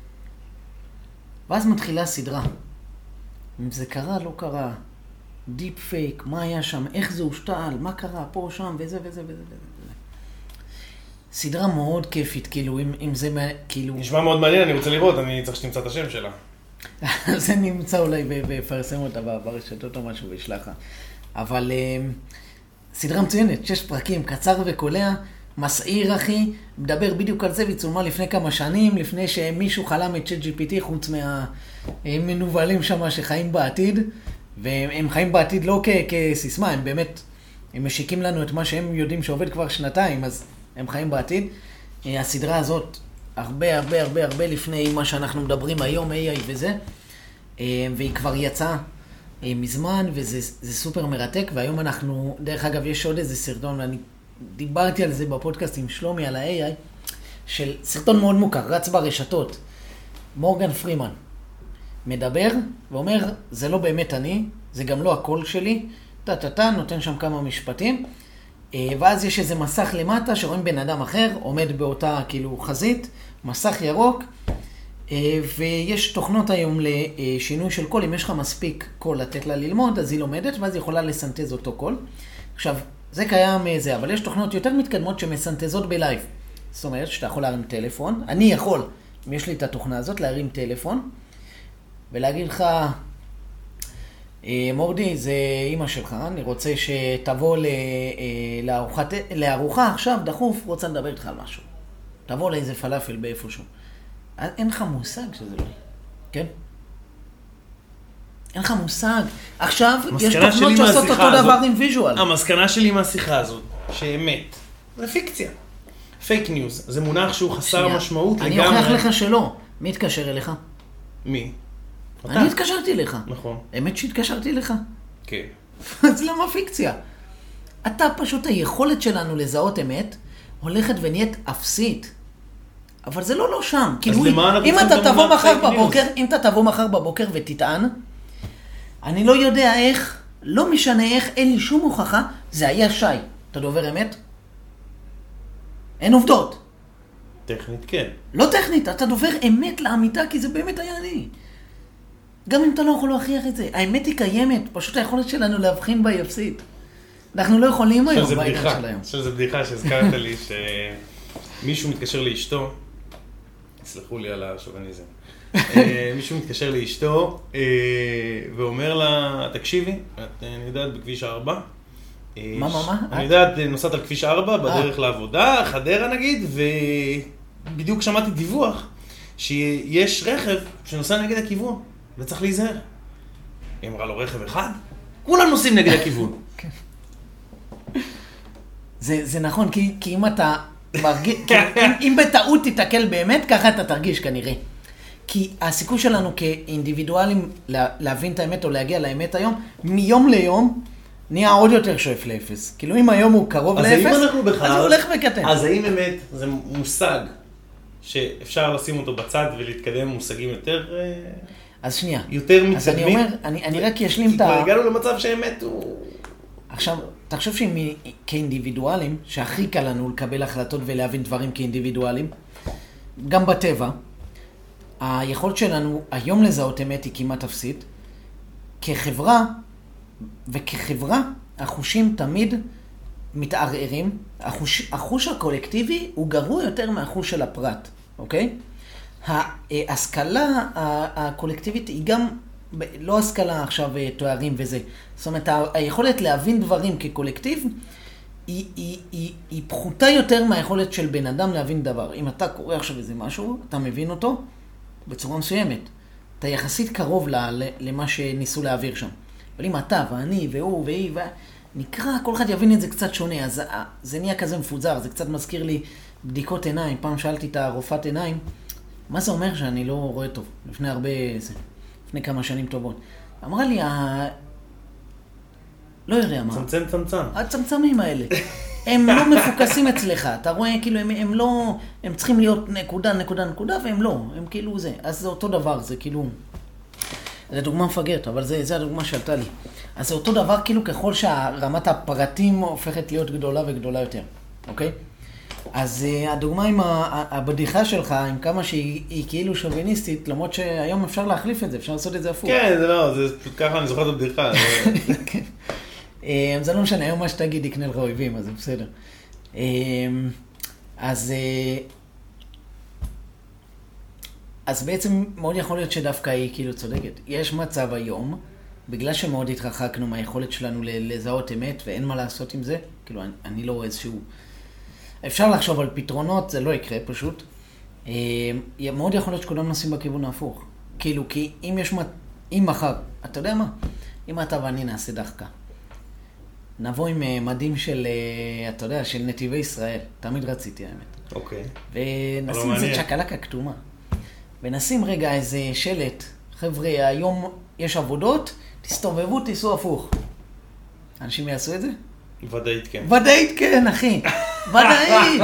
S1: ואז מתחילה הסדרה. אם זה קרה, לא קרה, דיפ פייק, מה היה שם, איך זה הושתל, מה קרה פה, שם, וזה וזה וזה וזה. סדרה מאוד כיפית, כאילו, אם, אם זה, כאילו...
S2: נשמע מאוד מעניין, אני רוצה לראות, אני צריך שתמצא את השם שלה.
S1: זה נמצא אולי בפרסם אותה ברשתות או משהו וישלחה. אבל סדרה מצוינת, שש פרקים, קצר וקולע, מסעיר אחי, מדבר בדיוק על זה, והצולמה לפני כמה שנים, לפני שמישהו חלם את צ'אט ג'י פי טי, חוץ מהמנובלים שם שחיים בעתיד, והם חיים בעתיד לא כ- כסיסמה, הם באמת, הם משיקים לנו את מה שהם יודעים שעובד כבר שנתיים, אז הם חיים בעתיד. הסדרה הזאת, הרבה הרבה הרבה הרבה לפני מה שאנחנו מדברים היום, איי איי וזה, והיא כבר יצאה מזמן, וזה זה סופר מרתק, והיום אנחנו, דרך אגב, יש עוד איזה סרטון, ואני דיברתי על זה בפודקאסט עם שלומי על ה-איי איי, של סרטון מאוד מוכר, רץ ברשתות. מורגן פרימן מדבר ואומר, זה לא באמת אני, זה גם לא הקול שלי, טה-טה-טה, נותן שם כמה משפטים, ואז יש איזה מסך למטה שרואים בן אדם אחר, עומד באותה כאילו חזית, מסך ירוק, ויש תוכנות היום לשינוי של קול, אם יש לך מספיק קול לתת לה ללמוד, אז היא לומדת, ואז היא יכולה לסנטז אותו קול. עכשיו, זה קיים זה, אבל יש תוכנות יותר מתקדמות שמסנטזות בלייב. זאת אומרת שאתה יכול להרים טלפון, אני יכול, אם יש לי את התוכנה הזאת, להרים טלפון, ולהגיד לך, מורדי, זה אמא שלך, אני רוצה שתבוא לארוחת, לארוחה עכשיו, דחוף, רוצה לדבר איתך על משהו. תבוא לאיזה פלאפל באיפשהו. אין לך מושג שזה לא. כן? אין לך מושג. עכשיו, יש תוכנות שעושות אותו דבר עם ויז'ואל.
S2: המסקנה שלי מהשיחה הזאת, שאמת, זה פיקציה. פייק ניוז, זה מונח שהוא חסר משמעות לגמרי.
S1: אני אוכיח לך שלא. מי התקשר אליך?
S2: מי?
S1: אני התקשרתי אליך.
S2: נכון.
S1: האמת שהתקשרתי אליך.
S2: כן.
S1: אז למה פיקציה? אתה פשוט היכולת שלנו לזהות אמת הולכת ונהיית אפסית. אבל זה לא לא שם. כאילו, אם אתה תבוא מחר בבוקר, אם אתה תבוא מחר בבוקר ותטען, אני לא יודע איך, לא משנה איך, אין לי שום הוכחה, זה היה שי. אתה דובר אמת? אין עובדות.
S2: טכנית כן.
S1: לא טכנית, אתה דובר אמת לאמיתה, כי זה באמת היה אני. גם אם אתה לא יכול להוכיח את זה. האמת היא קיימת, פשוט היכולת שלנו להבחין בה היא אפסית. אנחנו לא יכולים היום בעידן של היום.
S2: עכשיו זה בדיחה שהזכרת לי שמישהו מתקשר לאשתו, סלחו לי על השוביניזם, מישהו מתקשר לאשתו ואומר לה, תקשיבי, אני יודעת בכביש ארבע,
S1: מה, מה, מה?
S2: אני יודעת, נוסעת על כביש ארבע בדרך לעבודה, חדרה נגיד, ובדיוק שמעתי דיווח שיש רכב שנוסע נגד הכיוון, וצריך להיזהר. היא אמרה לו, רכב אחד? כולם נוסעים נגד הכיוון.
S1: זה, זה נכון, כי, כי אם אתה מרגיש, אם, אם בטעות תתקל באמת, ככה אתה תרגיש כנראה. כי הסיכוי שלנו כאינדיבידואלים לה, להבין את האמת או להגיע לאמת היום, מיום ליום נהיה עוד יותר שואף לאפס. כאילו אם היום הוא קרוב לאפס, אז הוא הולך וקטן.
S2: אז האם אמת זה מושג שאפשר לשים אותו בצד ולהתקדם מושגים יותר...
S1: אז שנייה.
S2: יותר מתקדמים?
S1: אז אני אומר, אני, אני רק אשלים את ה...
S2: כי כבר הגענו למצב שהאמת הוא...
S1: עכשיו, תחשוב שכאינדיבידואלים, שהכי קל לנו לקבל החלטות ולהבין דברים כאינדיבידואלים, גם בטבע, היכולת שלנו היום לזהות אמת היא כמעט אפסית. כחברה, וכחברה, החושים תמיד מתערערים. החוש, החוש הקולקטיבי הוא גרוע יותר מהחוש של הפרט, אוקיי? ההשכלה הקולקטיבית היא גם... לא השכלה עכשיו תוארים וזה. זאת אומרת, היכולת להבין דברים כקולקטיב היא, היא, היא, היא פחותה יותר מהיכולת של בן אדם להבין דבר. אם אתה קורא עכשיו איזה משהו, אתה מבין אותו בצורה מסוימת. אתה יחסית קרוב למה שניסו להעביר שם. אבל אם אתה ואני והוא והיא נקרא, כל אחד יבין את זה קצת שונה. אז זה נהיה כזה מפוזר. זה קצת מזכיר לי בדיקות עיניים. פעם שאלתי את הרופאת עיניים, מה זה אומר שאני לא רואה טוב? לפני הרבה... לפני כמה שנים טובות. אמרה לי, ה... לא יודע מה.
S2: צמצם צמצם.
S1: הצמצמים האלה. הם לא מפוקסים אצלך. אתה רואה, כאילו, הם, הם לא... הם צריכים להיות נקודה, נקודה, נקודה, והם לא. הם כאילו זה. אז זה אותו דבר, זה כאילו... זה דוגמה מפגרת, אבל זה, זה הדוגמה שעלתה לי. אז זה אותו דבר, כאילו, ככל שהרמת הפרטים הופכת להיות גדולה וגדולה יותר. אוקיי? אז uh, הדוגמה עם הבדיחה שלך, עם כמה שהיא היא כאילו שוביניסטית, למרות שהיום אפשר להחליף את זה, אפשר לעשות את זה הפוך.
S2: כן, זה לא, זה ככה אני זוכר את הבדיחה.
S1: זה לא משנה, היום מה שתגיד יקנה לך אויבים, אז זה בסדר. אז, אז בעצם מאוד יכול להיות שדווקא היא כאילו צודקת. יש מצב היום, בגלל שמאוד התרחקנו מהיכולת שלנו לזהות אמת, ואין מה לעשות עם זה, כאילו אני, אני לא רואה איזשהו... אפשר לחשוב על פתרונות, זה לא יקרה פשוט. מאוד יכול להיות שכולם נשים בכיוון ההפוך. כאילו, כי אם יש... אם מחר, אתה יודע מה? אם אתה ואני נעשה דחקה, נבוא עם מדים של, אתה יודע, של נתיבי ישראל. תמיד רציתי, האמת.
S2: אוקיי.
S1: ונשים איזה צ'קלקה כתומה. ונשים רגע איזה שלט. חבר'ה, היום יש עבודות, תסתובבו, תיסעו הפוך. אנשים יעשו את זה?
S2: ודאית כן.
S1: ודאית כן, אחי. ודאית.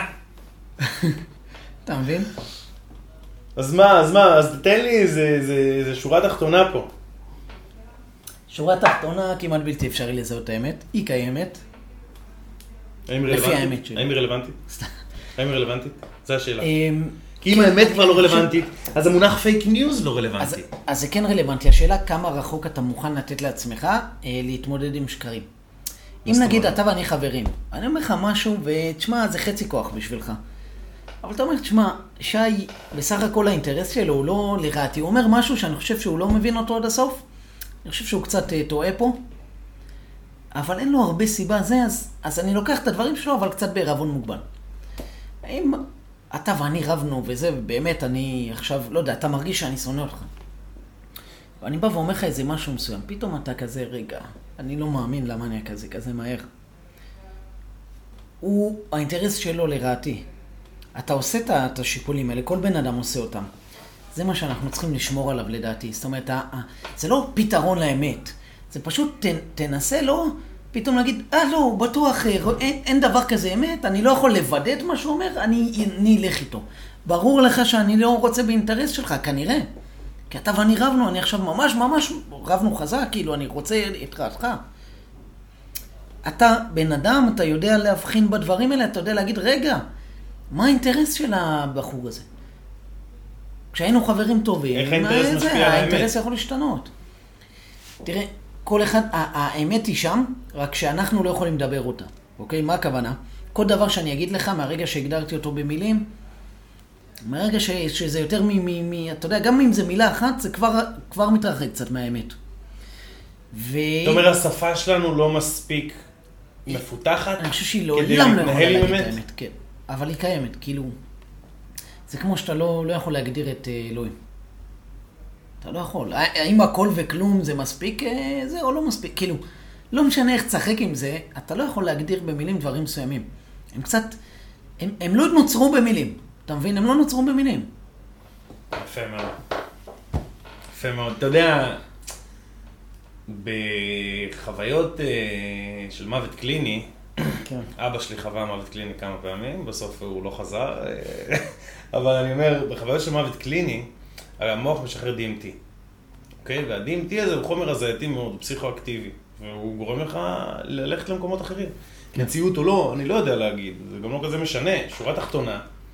S1: אתה מבין?
S2: אז מה, אז מה, אז תתן לי איזה שורה תחתונה פה.
S1: שורה תחתונה כמעט בלתי אפשרי לזהות האמת. היא קיימת. לפי האמת שלי.
S2: האם היא רלוונטית? האם היא רלוונטית? זו השאלה. כי אם האמת כבר לא רלוונטית, אז המונח פייק ניוז לא רלוונטי.
S1: אז זה כן רלוונטי. השאלה כמה רחוק אתה מוכן לתת לעצמך להתמודד עם שקרים. אם נגיד אתה ואני חברים, אני אומר לך משהו ותשמע, זה חצי כוח בשבילך. אבל אתה אומר, תשמע, שי, בסך הכל האינטרס שלו הוא לא לרעתי. הוא אומר משהו שאני חושב שהוא לא מבין אותו עד הסוף. אני חושב שהוא קצת טועה פה. אבל אין לו הרבה סיבה זה, אז, אז אני לוקח את הדברים שלו, אבל קצת בערבון מוגבל. אם אתה ואני רבנו וזה, באמת אני עכשיו, לא יודע, אתה מרגיש שאני שונא אותך. ואני בא ואומר לך איזה משהו מסוים, פתאום אתה כזה, רגע, אני לא מאמין למה אני כזה, כזה מהר. הוא, האינטרס שלו לרעתי. אתה עושה את השיקולים האלה, כל בן אדם עושה אותם. זה מה שאנחנו צריכים לשמור עליו לדעתי. זאת אומרת, זה לא פתרון לאמת. זה פשוט תנסה לא פתאום להגיד, אה לא, בטוח, אין, אין דבר כזה אמת, אני לא יכול לוודא את מה שהוא אומר, אני, אני אלך איתו. ברור לך שאני לא רוצה באינטרס שלך, כנראה. כי אתה ואני רבנו, אני עכשיו ממש ממש רבנו חזק, כאילו אני רוצה איתך, איתך. אתה בן אדם, אתה יודע להבחין בדברים האלה, אתה יודע להגיד, רגע, מה האינטרס של הבחור הזה? כשהיינו חברים טובים,
S2: איך האינטרס משפיע על האמת?
S1: האינטרס יכול להשתנות. תראה, כל אחד, האמת היא שם, רק שאנחנו לא יכולים לדבר אותה. אוקיי? מה הכוונה? כל דבר שאני אגיד לך, מהרגע שהגדרתי אותו במילים, מהרגע ש, שזה יותר מ, מ, מ... אתה יודע, גם אם זה מילה אחת, זה כבר, כבר מתרחק קצת מהאמת. ו...
S2: אתה אומר, השפה שלנו לא מספיק מפותחת?
S1: אני חושב שהיא לא,
S2: כדי
S1: למה לא יכולה
S2: להתנהל עם
S1: להגיד את
S2: אמת?
S1: האמת? כן. אבל היא קיימת, כאילו... זה כמו שאתה לא, לא יכול להגדיר את אלוהים. אתה לא יכול. האם הכל וכלום זה מספיק, זה או לא מספיק? כאילו, לא משנה איך תשחק עם זה, אתה לא יכול להגדיר במילים דברים מסוימים. הם קצת, הם, הם לא נוצרו במילים. אתה מבין? הם לא נוצרו במילים.
S2: יפה מאוד. יפה מאוד. אתה יודע, בחוויות של מוות קליני,
S1: כן.
S2: אבא שלי חווה מוות קליני כמה פעמים, בסוף הוא לא חזר, אבל אני אומר, בחוויות של מוות קליני, המוח משחרר די אם טי, אוקיי? וה-די אם טי הזה הוא חומר הזייתי מאוד, הוא פסיכואקטיבי, והוא גורם לך ללכת למקומות אחרים. מציאות או לא, אני לא יודע להגיד, זה גם לא כזה משנה, שורה תחתונה.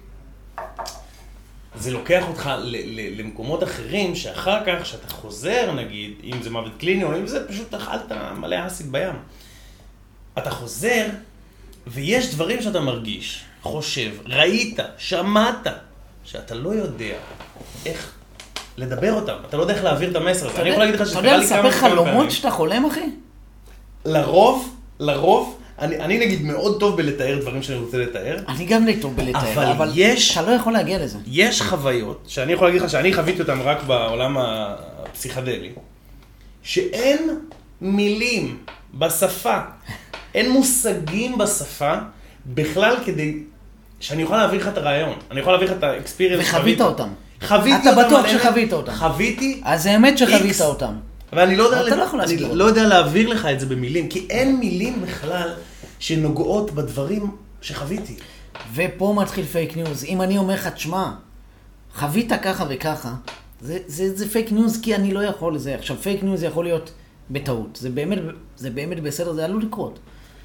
S2: זה לוקח אותך למקומות אחרים, שאחר כך, שאתה חוזר נגיד, אם זה מוות קליני או אם זה פשוט אכלת מלא אסיד בים. אתה חוזר, ויש דברים שאתה מרגיש, חושב, ראית, שמעת, שאתה לא יודע איך לדבר אותם. אתה לא יודע איך להעביר את המסר הזה. אני יכול להגיד לך שזה קרה לי כמה
S1: אתה יודע לספר
S2: פעמים.
S1: חלומות שאתה חולם, אחי?
S2: לרוב, לרוב, אני, אני נגיד מאוד טוב בלתאר דברים שאני רוצה לתאר.
S1: אני גם לא טוב בלתאר,
S2: אבל
S1: אבל
S2: יש-
S1: אתה לא יכול להגיע לזה.
S2: יש חוויות, שאני יכול להגיד לך שאני חוויתי אותם רק בעולם הפסיכדלי, שאין מילים בשפה, אין מושגים בשפה, בכלל כדי שאני יכול להעביר לך את הרעיון. אני יכול להעביר לך את האקספיריאנס.
S1: וחווית אותם.
S2: חוויתי
S1: אתה
S2: אותם.
S1: בטוח
S2: על אמת.
S1: שחווית אותם.
S2: חוויתי,
S1: אז זה אמת שחווית
S2: X.
S1: אותם.
S2: ואני לא יודע,
S1: אתה לא יכול
S2: אני
S1: להסביר
S2: לא יודע להעביר לך את זה במילים, כי אין מילים בכלל שנוגעות בדברים שחוויתי.
S1: ופה מתחיל פייק ניוז. אם אני אומר לך, תשמע, חווית ככה וככה, זה, זה, זה פייק ניוז כי אני לא יכול לזה. עכשיו, פייק ניוז יכול להיות בטעות. זה באמת, זה באמת בסדר, זה עלול לקרות.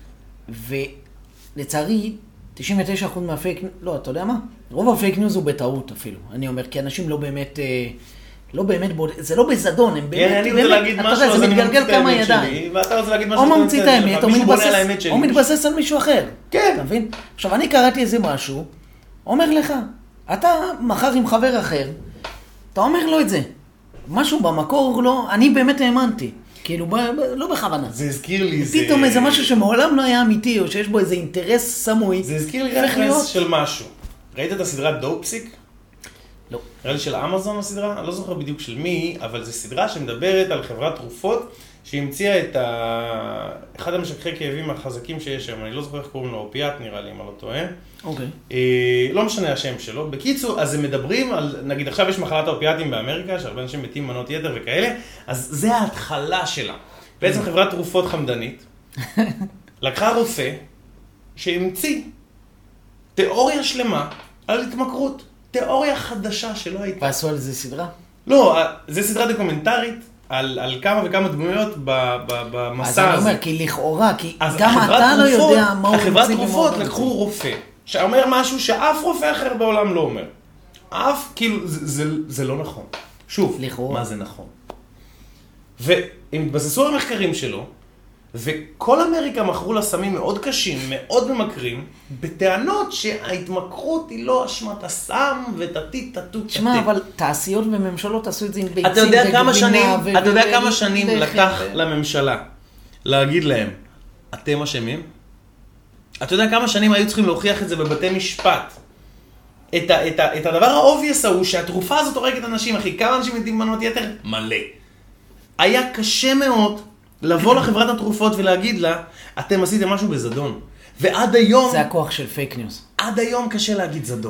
S1: ולצערי, תשעים ותשעה אחוז מהפייק, לא, אתה יודע מה? רוב הפייק ניוז הוא בטעות אפילו. אני אומר, כי אנשים לא באמת, אה, לא באמת בוד... זה לא בזדון, הם באמת,
S2: אני רוצה
S1: באמת,
S2: להגיד
S1: אתה
S2: משהו,
S1: יודע,
S2: אז
S1: זה
S2: אני ממציא
S1: מתגלגל
S2: את
S1: כמה
S2: האמת
S1: ידיים.
S2: שלי, ואתה רוצה להגיד משהו,
S1: או
S2: אתה
S1: ממציא את
S2: רוצה-
S1: האמת, או
S2: מישהו בונה על
S1: מתבסס,
S2: האמת שלי.
S1: או מתבסס על מישהו אחר.
S2: כן.
S1: אתה מבין? עכשיו, אני קראתי איזה משהו, אומר לך, אתה מחר עם חבר אחר, אתה אומר לו את זה. משהו במקור לא, אני באמת האמנתי. כאילו, ב, ב, לא בכוונה.
S2: זה הזכיר לי, זה...
S1: פתאום איזה משהו שמעולם לא היה אמיתי, או שיש בו איזה אינטרס סמוי.
S2: זה הזכיר לי
S1: הופך להיות-
S2: רפרנס של משהו. ראית את הסדרה דופסיק?
S1: לא.
S2: נראה לי של אמזון הסדרה, אני לא זוכר בדיוק של מי, אבל זו סדרה שמדברת על חברת תרופות שהמציאה את ה... אחד המשככי כאבים החזקים שיש שם, אני לא זוכר איך קוראים לו, אופיאט נראה לי, אם אני לא טועה.
S1: אוקיי.
S2: אה, לא משנה השם שלו. בקיצור, אז הם מדברים על, נגיד עכשיו יש מחלת האופיאטים באמריקה, שהרבה אנשים מתים מנות יתר וכאלה, אז זה ההתחלה שלה. בעצם חברת תרופות חמדנית, לקחה רופא שהמציא תיאוריה שלמה על התמכרות. תיאוריה חדשה שלא הייתה.
S1: ועשו על זה סדרה?
S2: לא, זה סדרה דוקומנטרית על, על כמה וכמה דמויות ב, ב,
S1: אז
S2: במסע
S1: אני
S2: הזה.
S1: אומר, כי לכאורה, כי
S2: אז
S1: גם
S2: החברת
S1: אתה לא
S2: תרופות-
S1: יודע מה הוא
S2: החברת
S1: ממציא ומה הוא
S2: תרופות
S1: לא
S2: לקחו
S1: ממציא.
S2: רופא, שאומר משהו שאף רופא אחר בעולם לא אומר. אף, כאילו, זה, זה, זה לא נכון. שוב,
S1: לכאורה.
S2: מה זה נכון? והם התבססו על המחקרים שלו, וכל אמריקה מכרו לה סמים מאוד קשים, מאוד ממכרים, בטענות שההתמכרות היא לא אשמת הסם, ותתי תתו תתי.
S1: תשמע, אבל תעשיות וממשלות עשו את זה עם ביצים
S2: אתה יודע כמה שנים,
S1: וגבינה ו-
S2: אתה יודע
S1: ו-
S2: כמה שנים
S1: לחם
S2: לקח
S1: ו-
S2: לממשלה להגיד להם, אתם אשמים? אתה יודע כמה שנים היו צריכים להוכיח את זה בבתי משפט? את, ה, את, ה, את הדבר האובייס הוא שהתרופה הזאת הורגת אנשים, אחי, כמה אנשים מתים במנות יתר? מלא. היה קשה מאוד לבוא לחברת התרופות ולהגיד לה, אתם עשיתם משהו בזדון. ועד היום,
S1: זה הכוח של פייק ניוז.
S2: עד היום קשה להגיד זדון.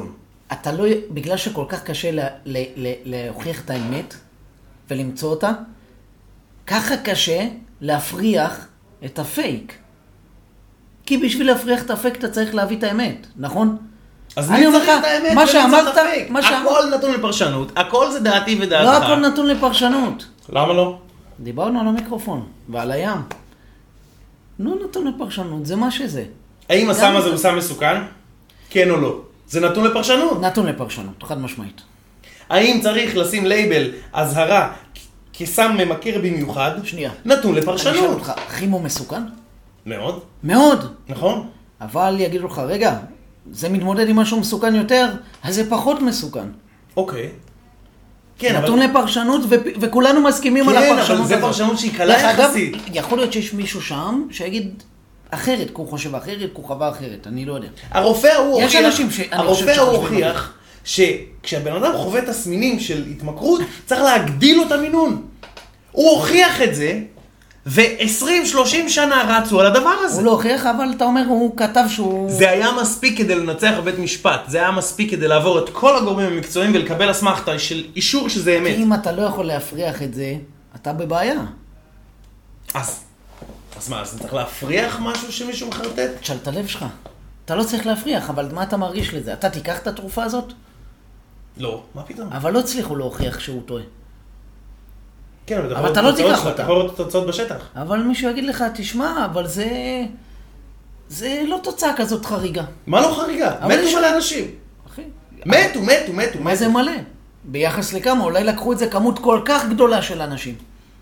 S1: אתה לא, בגלל שכל כך קשה לה, לה, לה, להוכיח את האמת ולמצוא אותה, ככה קשה להפריח את הפייק. כי בשביל להפריח את הפייק אתה צריך להביא את האמת, נכון?
S2: אז מי צריך את האמת ולמצוא את הפייק?
S1: מה שאמרת,
S2: הכל נתון לפרשנות, הכל זה דעתי ודעתך.
S1: לא הכל נתון לפרשנות.
S2: למה לא?
S1: דיברנו על המיקרופון ועל הים. לא נתון לפרשנות, זה מה שזה.
S2: האם הסם הזה הוא סם מסוכן? כן או לא? זה נתון לפרשנות.
S1: נתון לפרשנות, חד משמעית.
S2: האם צריך לשים לייבל, אזהרה, כסם ממכר במיוחד?
S1: שנייה.
S2: נתון
S1: אני שואל
S2: לפרשנות.
S1: אותך, כימו מסוכן?
S2: מאוד.
S1: מאוד.
S2: נכון?
S1: אבל יגידו לך, רגע, זה מתמודד עם משהו מסוכן יותר, אז זה פחות מסוכן.
S2: אוקיי. כן,
S1: נתון
S2: אבל...
S1: לפרשנות, ו- וכולנו מסכימים על
S2: כן,
S1: הפרשנות
S2: אבל
S1: הזאת.
S2: זה פרשנות שהיא קלה
S1: דרך אגב,
S2: יחסית.
S1: יכול להיות שיש מישהו שם שיגיד אחרת, כי הוא חושב אחרת, כי הוא חווה אחרת, אני לא יודע.
S2: הרופא הוא
S1: יש
S2: הוכיח,
S1: אנשים שאני חושב
S2: הרופא הוא
S1: שחושבים
S2: הוכיח שכשהבן אדם חווה תסמינים של התמכרות, צריך להגדיל לו את המינון. הוא הוכיח את זה, ו-עשרים שלושים שנה רצו על הדבר הזה.
S1: הוא לא הוכיח, אבל אתה אומר, הוא כתב שהוא...
S2: זה היה מספיק כדי לנצח בבית משפט, זה היה מספיק כדי לעבור את כל הגורמים המקצועיים ולקבל אסמכתה של אישור שזה אמת.
S1: כי אם אתה לא יכול להפריח את זה, אתה בבעיה.
S2: אז, אז מה, אז אני צריך להפריח משהו שמישהו מחרטט?
S1: תשאל את הלב שלך. אתה לא צריך להפריח, אבל מה אתה מרגיש לזה? אתה תיקח את התרופה הזאת?
S2: לא, מה פתאום?
S1: אבל לא הצליחו להוכיח שהוא טועה.
S2: כן, אבל,
S1: אבל אתה לא תיקח אותה.
S2: אתה יכול לראות את התוצאות בשטח.
S1: אבל מישהו יגיד לך, תשמע, אבל זה... זה לא תוצאה כזאת חריגה.
S2: מה לא חריגה? מתו מלא אנשים.
S1: אחי.
S2: מתו, מתו, מתו.
S1: מה זה מלא? ביחס לכמה? אולי לקחו את זה כמות כל כך גדולה של אנשים.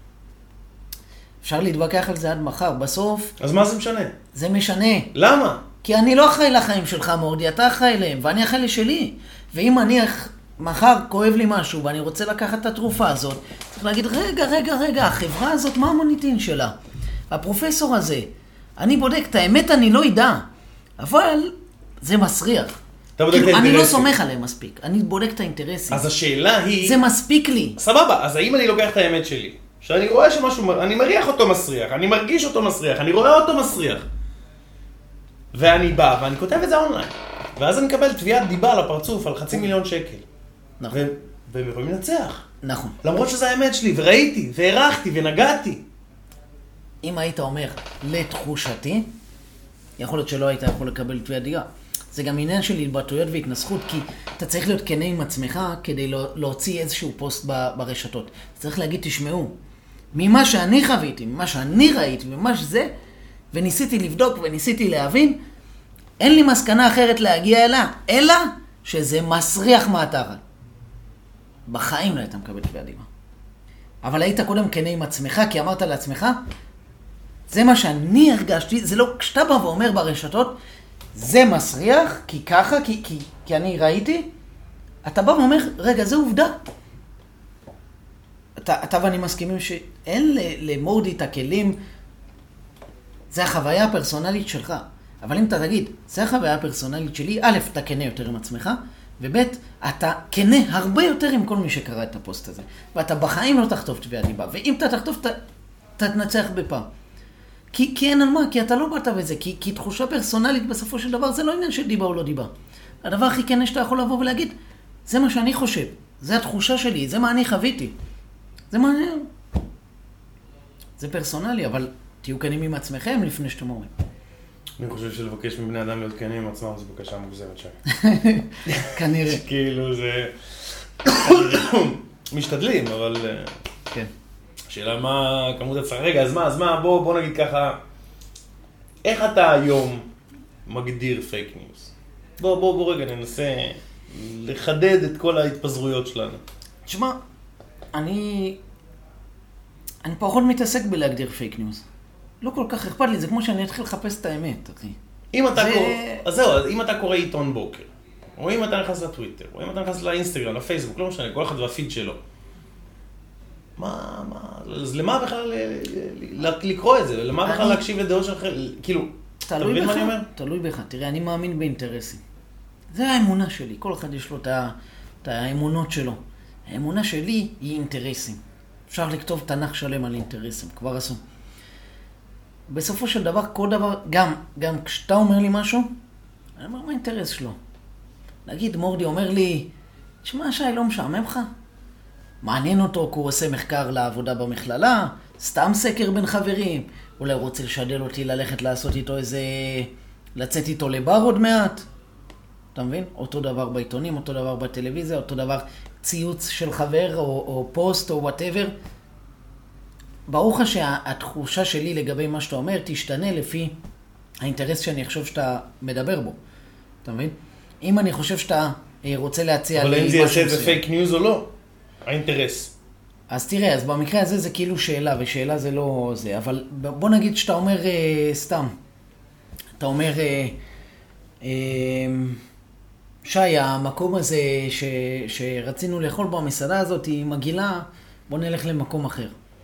S1: אפשר להתווכח על זה עד מחר. בסוף...
S2: אז מה זה משנה?
S1: זה משנה.
S2: למה?
S1: כי אני לא אחראי לחיים שלך, מורדי, אתה אחראי להם, ואני אחראי לשלי. ואם אני מחר כואב לי משהו, ואני רוצה לקחת את התרופה הזאת, צריך להגיד, רגע, רגע, רגע, החברה הזאת, מה המוניטין שלה? הפרופסור הזה, אני בודק, את האמת אני לא ידע, אבל זה מסריח.
S2: אתה בודק את
S1: כאילו, אני לא
S2: האינטרסים.
S1: סומך עליהם מספיק, אני בודק את האינטרסים.
S2: אז השאלה היא...
S1: זה מספיק לי.
S2: סבבה, אז האם אני לוקח את האמת שלי? שאני רואה שמשהו, אני מריח אותו מסריח, אני מרגיש אותו מסריח, אני רואה אותו מסריח. ואני בא, ואני כותב את זה אונליין. ואז אני מקבל תביעת דיבה על הפרצוף, על חצי מיליון שקל.
S1: נכון.
S2: ו- והם יכולים לנצח.
S1: נכון.
S2: למרות שזה האמת שלי, וראיתי, והערכתי, ונגעתי.
S1: אם היית אומר, לתחושתי, יכול להיות שלא היית יכול לקבל תביעת דיבה. זה גם עניין של התבטאויות והתנסחות, כי אתה צריך להיות כנה עם עצמך כדי לא, להוציא איזשהו פוסט ב- ברשתות. צריך להגיד, תשמעו, ממה שאני חוויתי, ממה שאני ראיתי, ממה שזה, וניסיתי לבדוק וניסיתי להבין, אין לי מסקנה אחרת להגיע אליה, אלא שזה מסריח מהתחת. בחיים לא היית מקבל תביעת דיבה. אבל היית קודם כנה עם עצמך, כי אמרת לעצמך, זה מה שאני הרגשתי, זה לא, כשאתה בא ואומר ברשתות, זה מסריח, כי ככה, כי, כי, כי אני ראיתי, אתה בא ואומר, רגע, זה עובדה. אתה, אתה ואני מסכימים שאין למורדי את הכלים, זה החוויה הפרסונלית שלך. אבל אם אתה תגיד, זה החוויה הפרסונלית שלי, א', אתה כנה יותר עם עצמך, וב', אתה כנה הרבה יותר עם כל מי שקרא את הפוסט הזה. ואתה בחיים לא תכתוב תביעת דיבה, ואם אתה תכתוב, אתה, אתה תנצח בפעם. כי, כי אין על מה, כי אתה לא באת בזה, כי, כי תחושה פרסונלית בסופו של דבר, זה לא עניין של דיבה או לא דיבה. הדבר הכי כנה שאתה יכול לבוא ולהגיד, זה מה שאני חושב, זה התחושה שלי, זה מה אני חוויתי. זה מה... זה פרסונלי, אבל תהיו כנים עם עצמכם לפני שאתם אומרים.
S2: אני חושב שלבקש מבני אדם להיות כנים עם עצמם, זו בקשה מוגזמת שם.
S1: כנראה.
S2: כאילו זה... משתדלים, אבל...
S1: כן.
S2: השאלה מה כמות הצלחה. רגע, אז מה, אז מה, בוא, בוא נגיד ככה, איך אתה היום מגדיר פייק ניוז? בוא, בוא, בוא רגע ננסה לחדד את כל ההתפזרויות שלנו.
S1: תשמע, אני... אני פחות מתעסק בלהגדיר פייק ניוז. לא כל כך אכפת לי, זה כמו שאני אתחיל לחפש את האמת, אחי.
S2: אם אתה
S1: זה...
S2: קורא, אז זהו, אם אתה קורא עיתון בוקר, או אם אתה נכנס לטוויטר, או אם אתה נכנס לאינסטגרם, לפייסבוק, לא משנה, כל אחד והפיד שלו. מה, מה, אז למה בכלל לקרוא את זה? למה בכלל להקשיב לדעות שלך? כאילו, אתה מבין מה אני אומר?
S1: תלוי בך, תראה, אני מאמין באינטרסים. זה האמונה שלי, כל אחד יש לו את האמונות שלו. האמונה שלי היא אינטרסים. אפשר לכתוב תנ"ך שלם על אינטרסים, כבר עשו. בסופו של דבר, כל דבר, גם, גם כשאתה אומר לי משהו, אני אומר, מה האינטרס שלו? נגיד מורדי אומר לי, תשמע שי, לא משעמם לך? מעניין אותו כי הוא עושה מחקר לעבודה במכללה, סתם סקר בין חברים, אולי הוא רוצה לשדל אותי ללכת לעשות איתו איזה... לצאת איתו לבר עוד מעט. אתה מבין? אותו דבר בעיתונים, אותו דבר בטלוויזיה, אותו דבר ציוץ של חבר או, או פוסט או whatever. ברור לך שהתחושה שלי לגבי מה שאתה אומר תשתנה לפי האינטרס שאני חושב שאתה מדבר בו. אתה מבין? אם אני חושב שאתה רוצה להציע...
S2: אבל אם זה יעשה את זה פייק ניוז או לא, האינטרס.
S1: אז תראה, אז במקרה הזה זה כאילו שאלה, ושאלה זה לא זה, אבל בוא נגיד שאתה אומר אה, סתם. אתה אומר, אה, אה, שי, המקום הזה ש, שרצינו לאכול בו, המסעדה הזאת היא מגעילה, בוא נלך למקום אחר.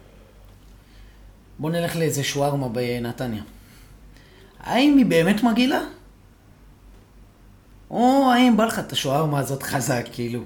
S1: בוא נלך לאיזה שווארמה בנתניה. האם היא באמת מגעילה? או האם בא לך את השווארמה הזאת חזק, כאילו?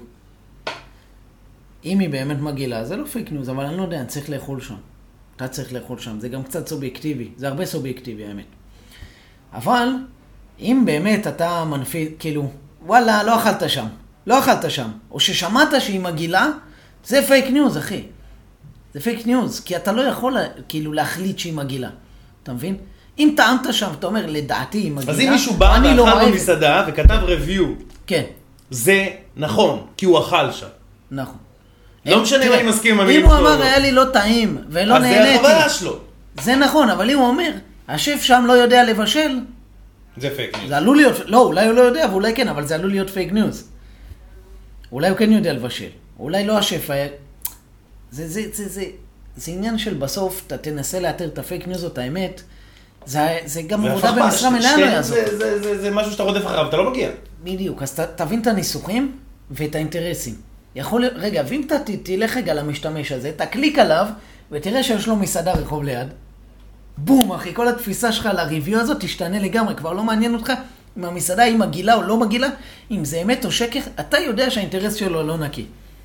S1: אם היא באמת מגעילה, זה לא פייק ניוז, אבל אני לא יודע, אני צריך לאכול שם. אתה צריך לאכול שם, זה גם קצת סובייקטיבי, זה הרבה סובייקטיבי, האמת. אבל, אם באמת אתה מנפיל, כאילו, וואלה, לא אכלת שם, לא אכלת שם, או ששמעת שהיא מגעילה, זה פייק ניוז, אחי. זה פייק ניוז, כי אתה לא יכול, כאילו, להחליט שהיא מגעילה. אתה מבין? אם טעמת שם, אתה אומר, לדעתי היא מגעילה,
S2: אז אם מישהו בא ואכל במסעדה וכתב ריוויו,
S1: כן.
S2: זה נכון, כי הוא אכל שם.
S1: נכון.
S2: לא משנה אם אני מסכים עם המילים
S1: שלו. אם הוא אמר, היה לי לא טעים, ולא נהניתי.
S2: אז זה החוויה שלו.
S1: זה נכון, אבל אם הוא אומר, השף שם לא יודע לבשל,
S2: זה פייק ניוז.
S1: זה עלול להיות, לא, אולי הוא לא יודע, ואולי כן, אבל זה עלול להיות פייק ניוז. אולי הוא כן יודע לבשל. אולי לא השף היה... זה, זה, זה, זה, זה עניין של בסוף, אתה תנסה לאתר את הפייק ניוז, את האמת, זה, זה גם עבודה במשרה מלאה לא יעזור.
S2: זה, זה, זה, זה משהו שאתה רודף אחריו, אתה לא מגיע.
S1: בדיוק, אז ת, תבין את הניסוחים ואת האינטרסים. יכול, רגע, ואם אתה תלך רגע למשתמש הזה, תקליק עליו, ותראה שיש לו מסעדה רחוב ליד, בום, אחי, כל התפיסה שלך לריוויו הזאת תשתנה לגמרי, כבר לא מעניין אותך אם המסעדה היא מגעילה או לא מגעילה, אם זה אמת או שקר, אתה יודע שהאינטרס שלו לא נקי.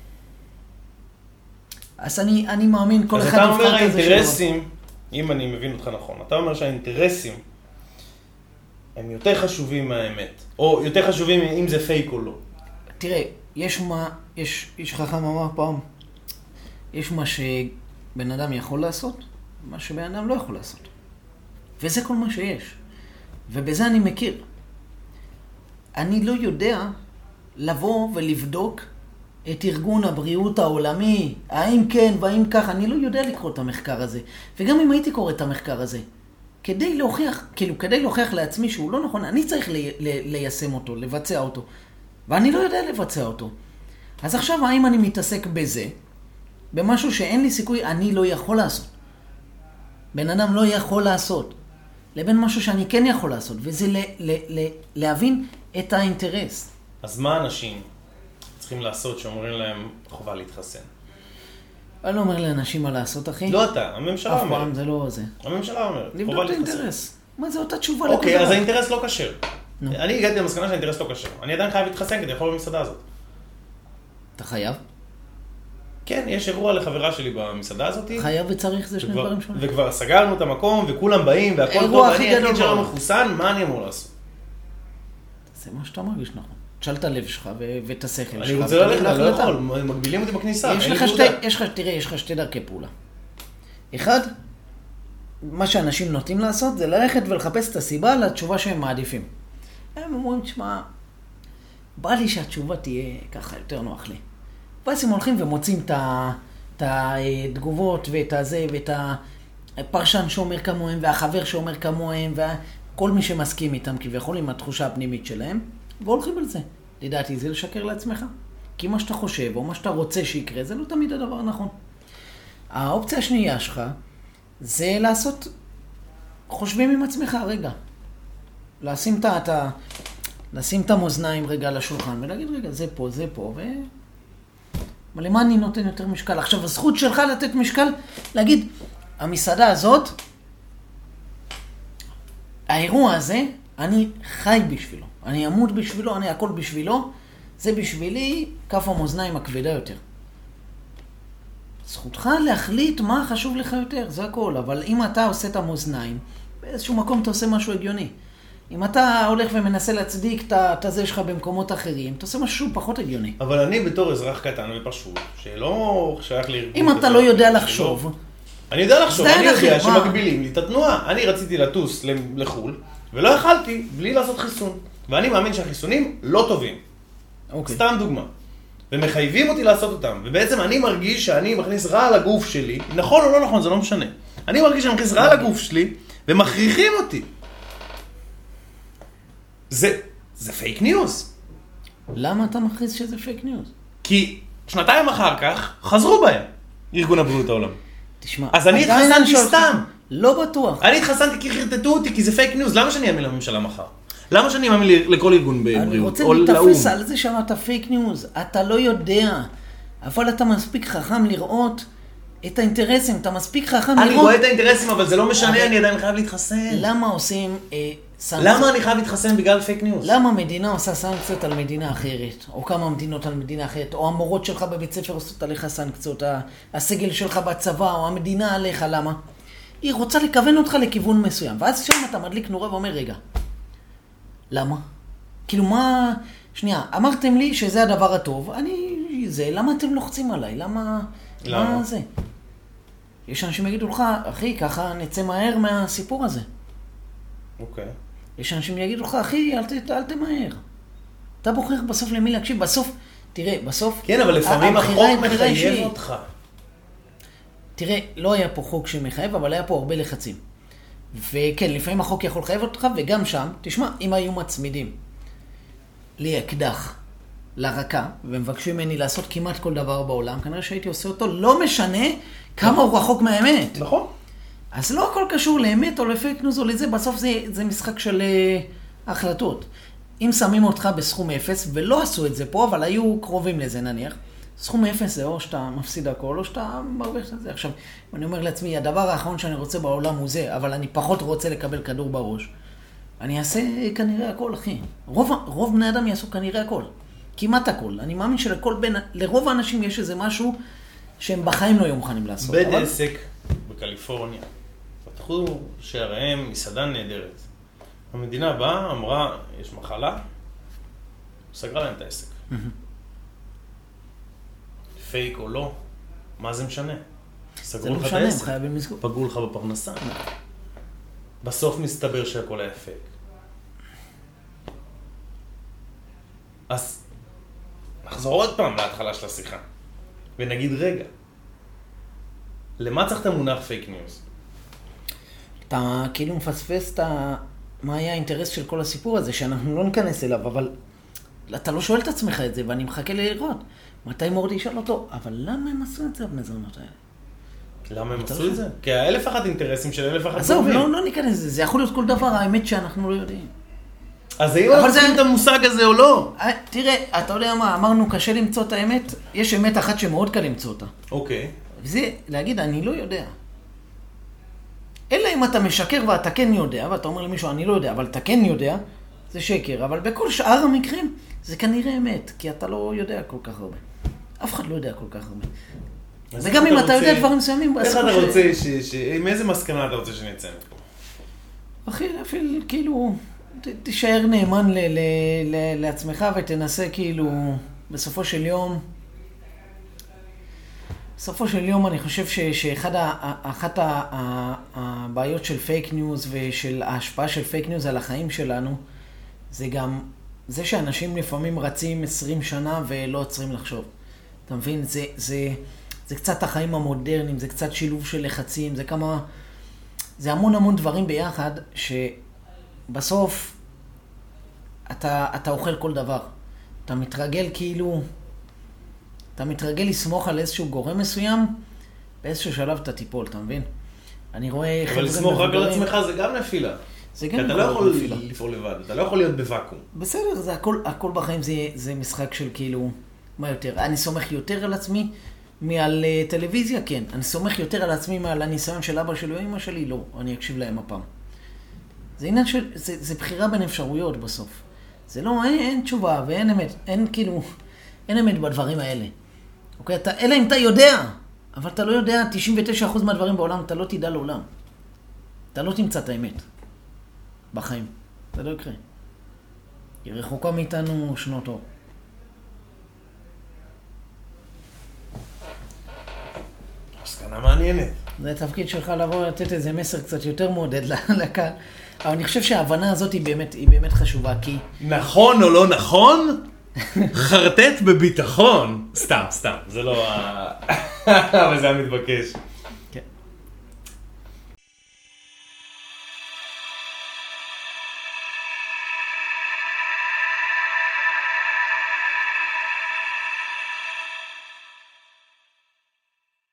S1: אז אני, אני מאמין כל אחד...
S2: אז אתה אומר האינטרסים, אם אני מבין אותך נכון, אתה אומר שהאינטרסים הם יותר חשובים מהאמת, או יותר חשובים אם זה פייק או לא. תראה,
S1: יש מה, יש, יש חכם אמר פעם, יש מה שבן אדם יכול לעשות, מה שבן אדם לא יכול לעשות. וזה כל מה שיש. ובזה אני מכיר. אני לא יודע לבוא ולבדוק את ארגון הבריאות העולמי, האם כן והאם כך, אני לא יודע לקרוא את המחקר הזה. וגם אם הייתי קורא את המחקר הזה, כדי להוכיח, כאילו כדי להוכיח לעצמי שהוא לא נכון, אני צריך לי, לי, ליישם אותו, לבצע אותו. ואני לא יודע לבצע אותו. אז עכשיו, האם אני מתעסק בזה, במשהו שאין לי סיכוי, אני לא יכול לעשות. בן אדם לא יכול לעשות. לבין משהו שאני כן יכול לעשות, וזה ל, ל, ל, להבין את האינטרס.
S2: אז מה אנשים צריכים לעשות שאומרים להם חובה להתחסן?
S1: אני לא אומר לאנשים מה לעשות, אחי.
S2: לא אתה, הממשלה אומרת.
S1: אף פעם זה לא זה.
S2: הממשלה אומרת,
S1: חובה להתחסן. לבדוק את האינטרס. מה זה אותה תשובה?
S2: אוקיי, אז האינטרס לא קשר. אני הגעתי למסקנה שהאינטרס לא קשר. אני עדיין חייב להתחסן כדי לאכול במסעדה הזאת.
S1: אתה חייב?
S2: כן, יש אירוע לחברה שלי במסעדה הזאת.
S1: חייב וצריך, זה שני דברים שונים.
S2: וכבר סגרנו את המקום, וכולם באים, והכל טוב, אני היחיד שלא מחוסן, מה אני אמור לעשות?
S1: זה מה שאתה מרגיש נכון. תשאל את הלב שלך ואת השכל שלך.
S2: אני רוצה ללכת, אני לא יכול, מגבילים אותי בכניסה.
S1: תראה, יש לך שתי דרכי פעולה. אחד, מה שאנשים נוטים לעשות זה ללכת ולחפש את הסיבה לתשובה שהם מעדיפים. הם אומרים, תשמע, בא לי שהתשובה תהיה ככה, יותר נוח לי. ואז הם הולכים ומוצאים את התגובות ואת הזה ואת הפרשן שאומר כמוהם והחבר שאומר כמוהם וכל מי שמסכים איתם כביכול עם התחושה הפנימית שלהם והולכים על זה. לדעתי זה לשקר לעצמך. כי מה שאתה חושב או מה שאתה רוצה שיקרה זה לא תמיד הדבר הנכון. האופציה השנייה שלך זה לעשות חושבים עם עצמך רגע. לשים את ה... לשים את המאזניים רגע על השולחן ולהגיד רגע זה פה, זה פה ו... אבל למה אני נותן יותר משקל? עכשיו הזכות שלך לתת משקל, להגיד המסעדה הזאת, האירוע הזה, אני חי בשבילו, אני אמות בשבילו, אני הכל בשבילו, זה בשבילי כף המאזניים הכבדה יותר. זכותך להחליט מה חשוב לך יותר, זה הכל, אבל אם אתה עושה את המאזניים, באיזשהו מקום אתה עושה משהו הגיוני. אם אתה הולך ומנסה להצדיק את הזה שלך במקומות אחרים, אתה עושה משהו פחות הגיוני.
S2: אבל אני בתור אזרח קטן ופשוט, שלא שייך לארגון...
S1: אם אתה לא יודע לחשוב...
S2: אני יודע לחשוב, אני יודע שמגבילים לי את התנועה. אני רציתי לטוס לחול, ולא יכלתי בלי לעשות חיסון. ואני מאמין שהחיסונים לא טובים. סתם דוגמה. ומחייבים אותי לעשות אותם. ובעצם אני מרגיש שאני מכניס רע לגוף שלי. נכון או לא נכון, זה לא משנה. אני מרגיש שאני מכניס רע לגוף שלי, ומכריחים אותי. זה, זה פייק ניוז.
S1: למה אתה מכריז שזה פייק ניוז?
S2: כי שנתיים אחר כך חזרו בהם ארגון הבריאות העולם.
S1: תשמע,
S2: אז אני התחסנתי סתם.
S1: לא בטוח.
S2: אני התחסנתי כי חרטטו אותי, כי זה פייק ניוז. למה שאני אאמין לממשלה מחר? למה שאני מאמין לכל ארגון בבריאות?
S1: אני רוצה להתאפס על זה שאמרת פייק ניוז. אתה לא יודע, אבל אתה מספיק חכם לראות את האינטרסים. אתה מספיק חכם לראות...
S2: אני רואה את האינטרסים, אבל זה לא משנה, אני עדיין חייב להתחסן.
S1: למה עושים סנקציות?
S2: למה אני חייב להתחסן בגלל פייק ניוז?
S1: למה מדינה עושה סנקציות על מדינה אחרת? או כמה מדינות על מדינה אחרת? או המורות שלך בבית ספר עושות עליך סנקציות? הסגל שלך בצבא, או המדינה עליך, למה? היא רוצה לכוון אותך לכיוון מסוים. ואז שם אתה מדליק נורה ואומר, רגע, למה? כאילו מה... שנייה, אמרתם לי שזה הדבר הטוב, אני... זה, למה אתם לוחצים עליי? למה...
S2: למה?
S1: מה זה? יש אנשים יגידו לך, אחי, ככה נצא מהר מהסיפור הזה.
S2: אוקיי.
S1: יש אנשים יגידו לך, אחי, אל, ת, אל תמהר. אתה בוחר בסוף למי להקשיב. בסוף, תראה, בסוף...
S2: כן, אבל לפעמים החוק מחייב אותך.
S1: תראה, לא היה פה חוק שמחייב, אבל היה פה הרבה לחצים. וכן, לפעמים החוק יכול לחייב אותך, וגם שם, תשמע, אם היו מצמידים לי אקדח לרקה, ומבקשים ממני לעשות כמעט כל דבר בעולם, כנראה שהייתי עושה אותו, לא משנה כמה הוא רחוק מהאמת.
S2: נכון.
S1: אז לא הכל קשור לאמת או לפייק ניוז או לזה, בסוף זה, זה משחק של uh, החלטות. אם שמים אותך בסכום אפס, ולא עשו את זה פה, אבל היו קרובים לזה נניח, סכום אפס זה או שאתה מפסיד הכל, או שאתה מרוויח את זה. עכשיו, אני אומר לעצמי, הדבר האחרון שאני רוצה בעולם הוא זה, אבל אני פחות רוצה לקבל כדור בראש. אני אעשה כנראה הכל, אחי. רוב, רוב בני אדם יעשו כנראה הכל. כמעט הכל. אני מאמין שלכל בין, לרוב האנשים יש איזה משהו שהם בחיים לא יהיו מוכנים לעשות.
S2: בית
S1: אבל...
S2: עסק בקליפורניה. פתחו שעריהם מסעדה נהדרת. המדינה באה, אמרה, יש מחלה, סגרה להם את העסק. פייק או לא, מה זה משנה? סגרו לך את העסק, פגעו לך בפרנסה. בסוף מסתבר שהכל היה פייק. אז נחזור עוד פעם להתחלה של השיחה, ונגיד רגע, למה צריך את המונח פייק ניוז?
S1: אתה כאילו מפספס את מה היה האינטרס של כל הסיפור הזה, שאנחנו לא ניכנס אליו, אבל אתה לא שואל את עצמך את זה, ואני מחכה לראות. מתי מורדי ישאל אותו, אבל למה הם עשו את זה הבני זונות האלה?
S2: למה הם עשו את זה? כי האלף אחת אינטרסים של אלף אחת...
S1: עזוב, לא ניכנס לזה, זה יכול להיות כל דבר, האמת שאנחנו לא יודעים.
S2: אז האם אנחנו צריכים את המושג הזה או לא?
S1: תראה, אתה יודע מה, אמרנו קשה למצוא את האמת, יש אמת אחת שמאוד קל למצוא אותה.
S2: אוקיי.
S1: וזה להגיד, אני לא יודע. אלא אם אתה משקר ואתה כן יודע, ואתה אומר למישהו, אני לא יודע, אבל אתה כן יודע, זה שקר. אבל בכל שאר המקרים, זה כנראה אמת, כי אתה לא יודע כל כך הרבה. אף אחד לא יודע כל כך הרבה. וגם אם אתה יודע דברים מסוימים...
S2: איך אתה רוצה, עם איזה מסקנה אתה רוצה שנצא מפה?
S1: אחי, אפילו כאילו, תישאר נאמן לעצמך ותנסה כאילו, בסופו של יום, בסופו של יום אני חושב שאחת הבעיות של פייק ניוז ושל ההשפעה של פייק ניוז על החיים שלנו, זה גם זה שאנשים לפעמים רצים עשרים שנה ולא עוצרים לחשוב. אתה מבין? זה, זה, זה קצת החיים המודרניים, זה קצת שילוב של לחצים, זה כמה, זה המון המון דברים ביחד, שבסוף אתה, אתה אוכל כל דבר. אתה מתרגל כאילו, אתה מתרגל לסמוך על איזשהו גורם מסוים, באיזשהו שלב אתה תיפול, אתה מבין? אני רואה...
S2: אבל לסמוך רק על עצמך זה גם נפילה.
S1: זה גם
S2: אתה לא יכול לפעול לבד, אתה לא יכול להיות בוואקום.
S1: בסדר, זה הכל, הכל בחיים זה, זה משחק של כאילו, מה יותר? אני סומך יותר על עצמי מעל uh, טלוויזיה? כן. אני סומך יותר על עצמי מעל הניסיון של אבא שלי או אמא שלי? לא. אני אקשיב להם הפעם. זה עניין של, זה, זה בחירה בין אפשרויות בסוף. זה לא, אין, אין תשובה ואין אמת, אין כאילו, אין אמת בדברים האלה. אוקיי? אתה, אלא אם אתה יודע, אבל אתה לא יודע, תשעים ותשעה אחוז מהדברים בעולם, אתה לא תדע לעולם. אתה לא תמצא את האמת. בחיים. זה לא יקרה. היא רחוקה מאיתנו שנות אור.
S2: מסקנה מעניינת.
S1: זה התפקיד שלך לבוא לתת איזה מסר קצת יותר מעודד לקהל. אבל אני חושב שההבנה הזאת היא באמת, היא באמת חשובה, כי...
S2: נכון או לא נכון? חרטט בביטחון. סתם, סתם. זה לא... אבל זה היה מתבקש.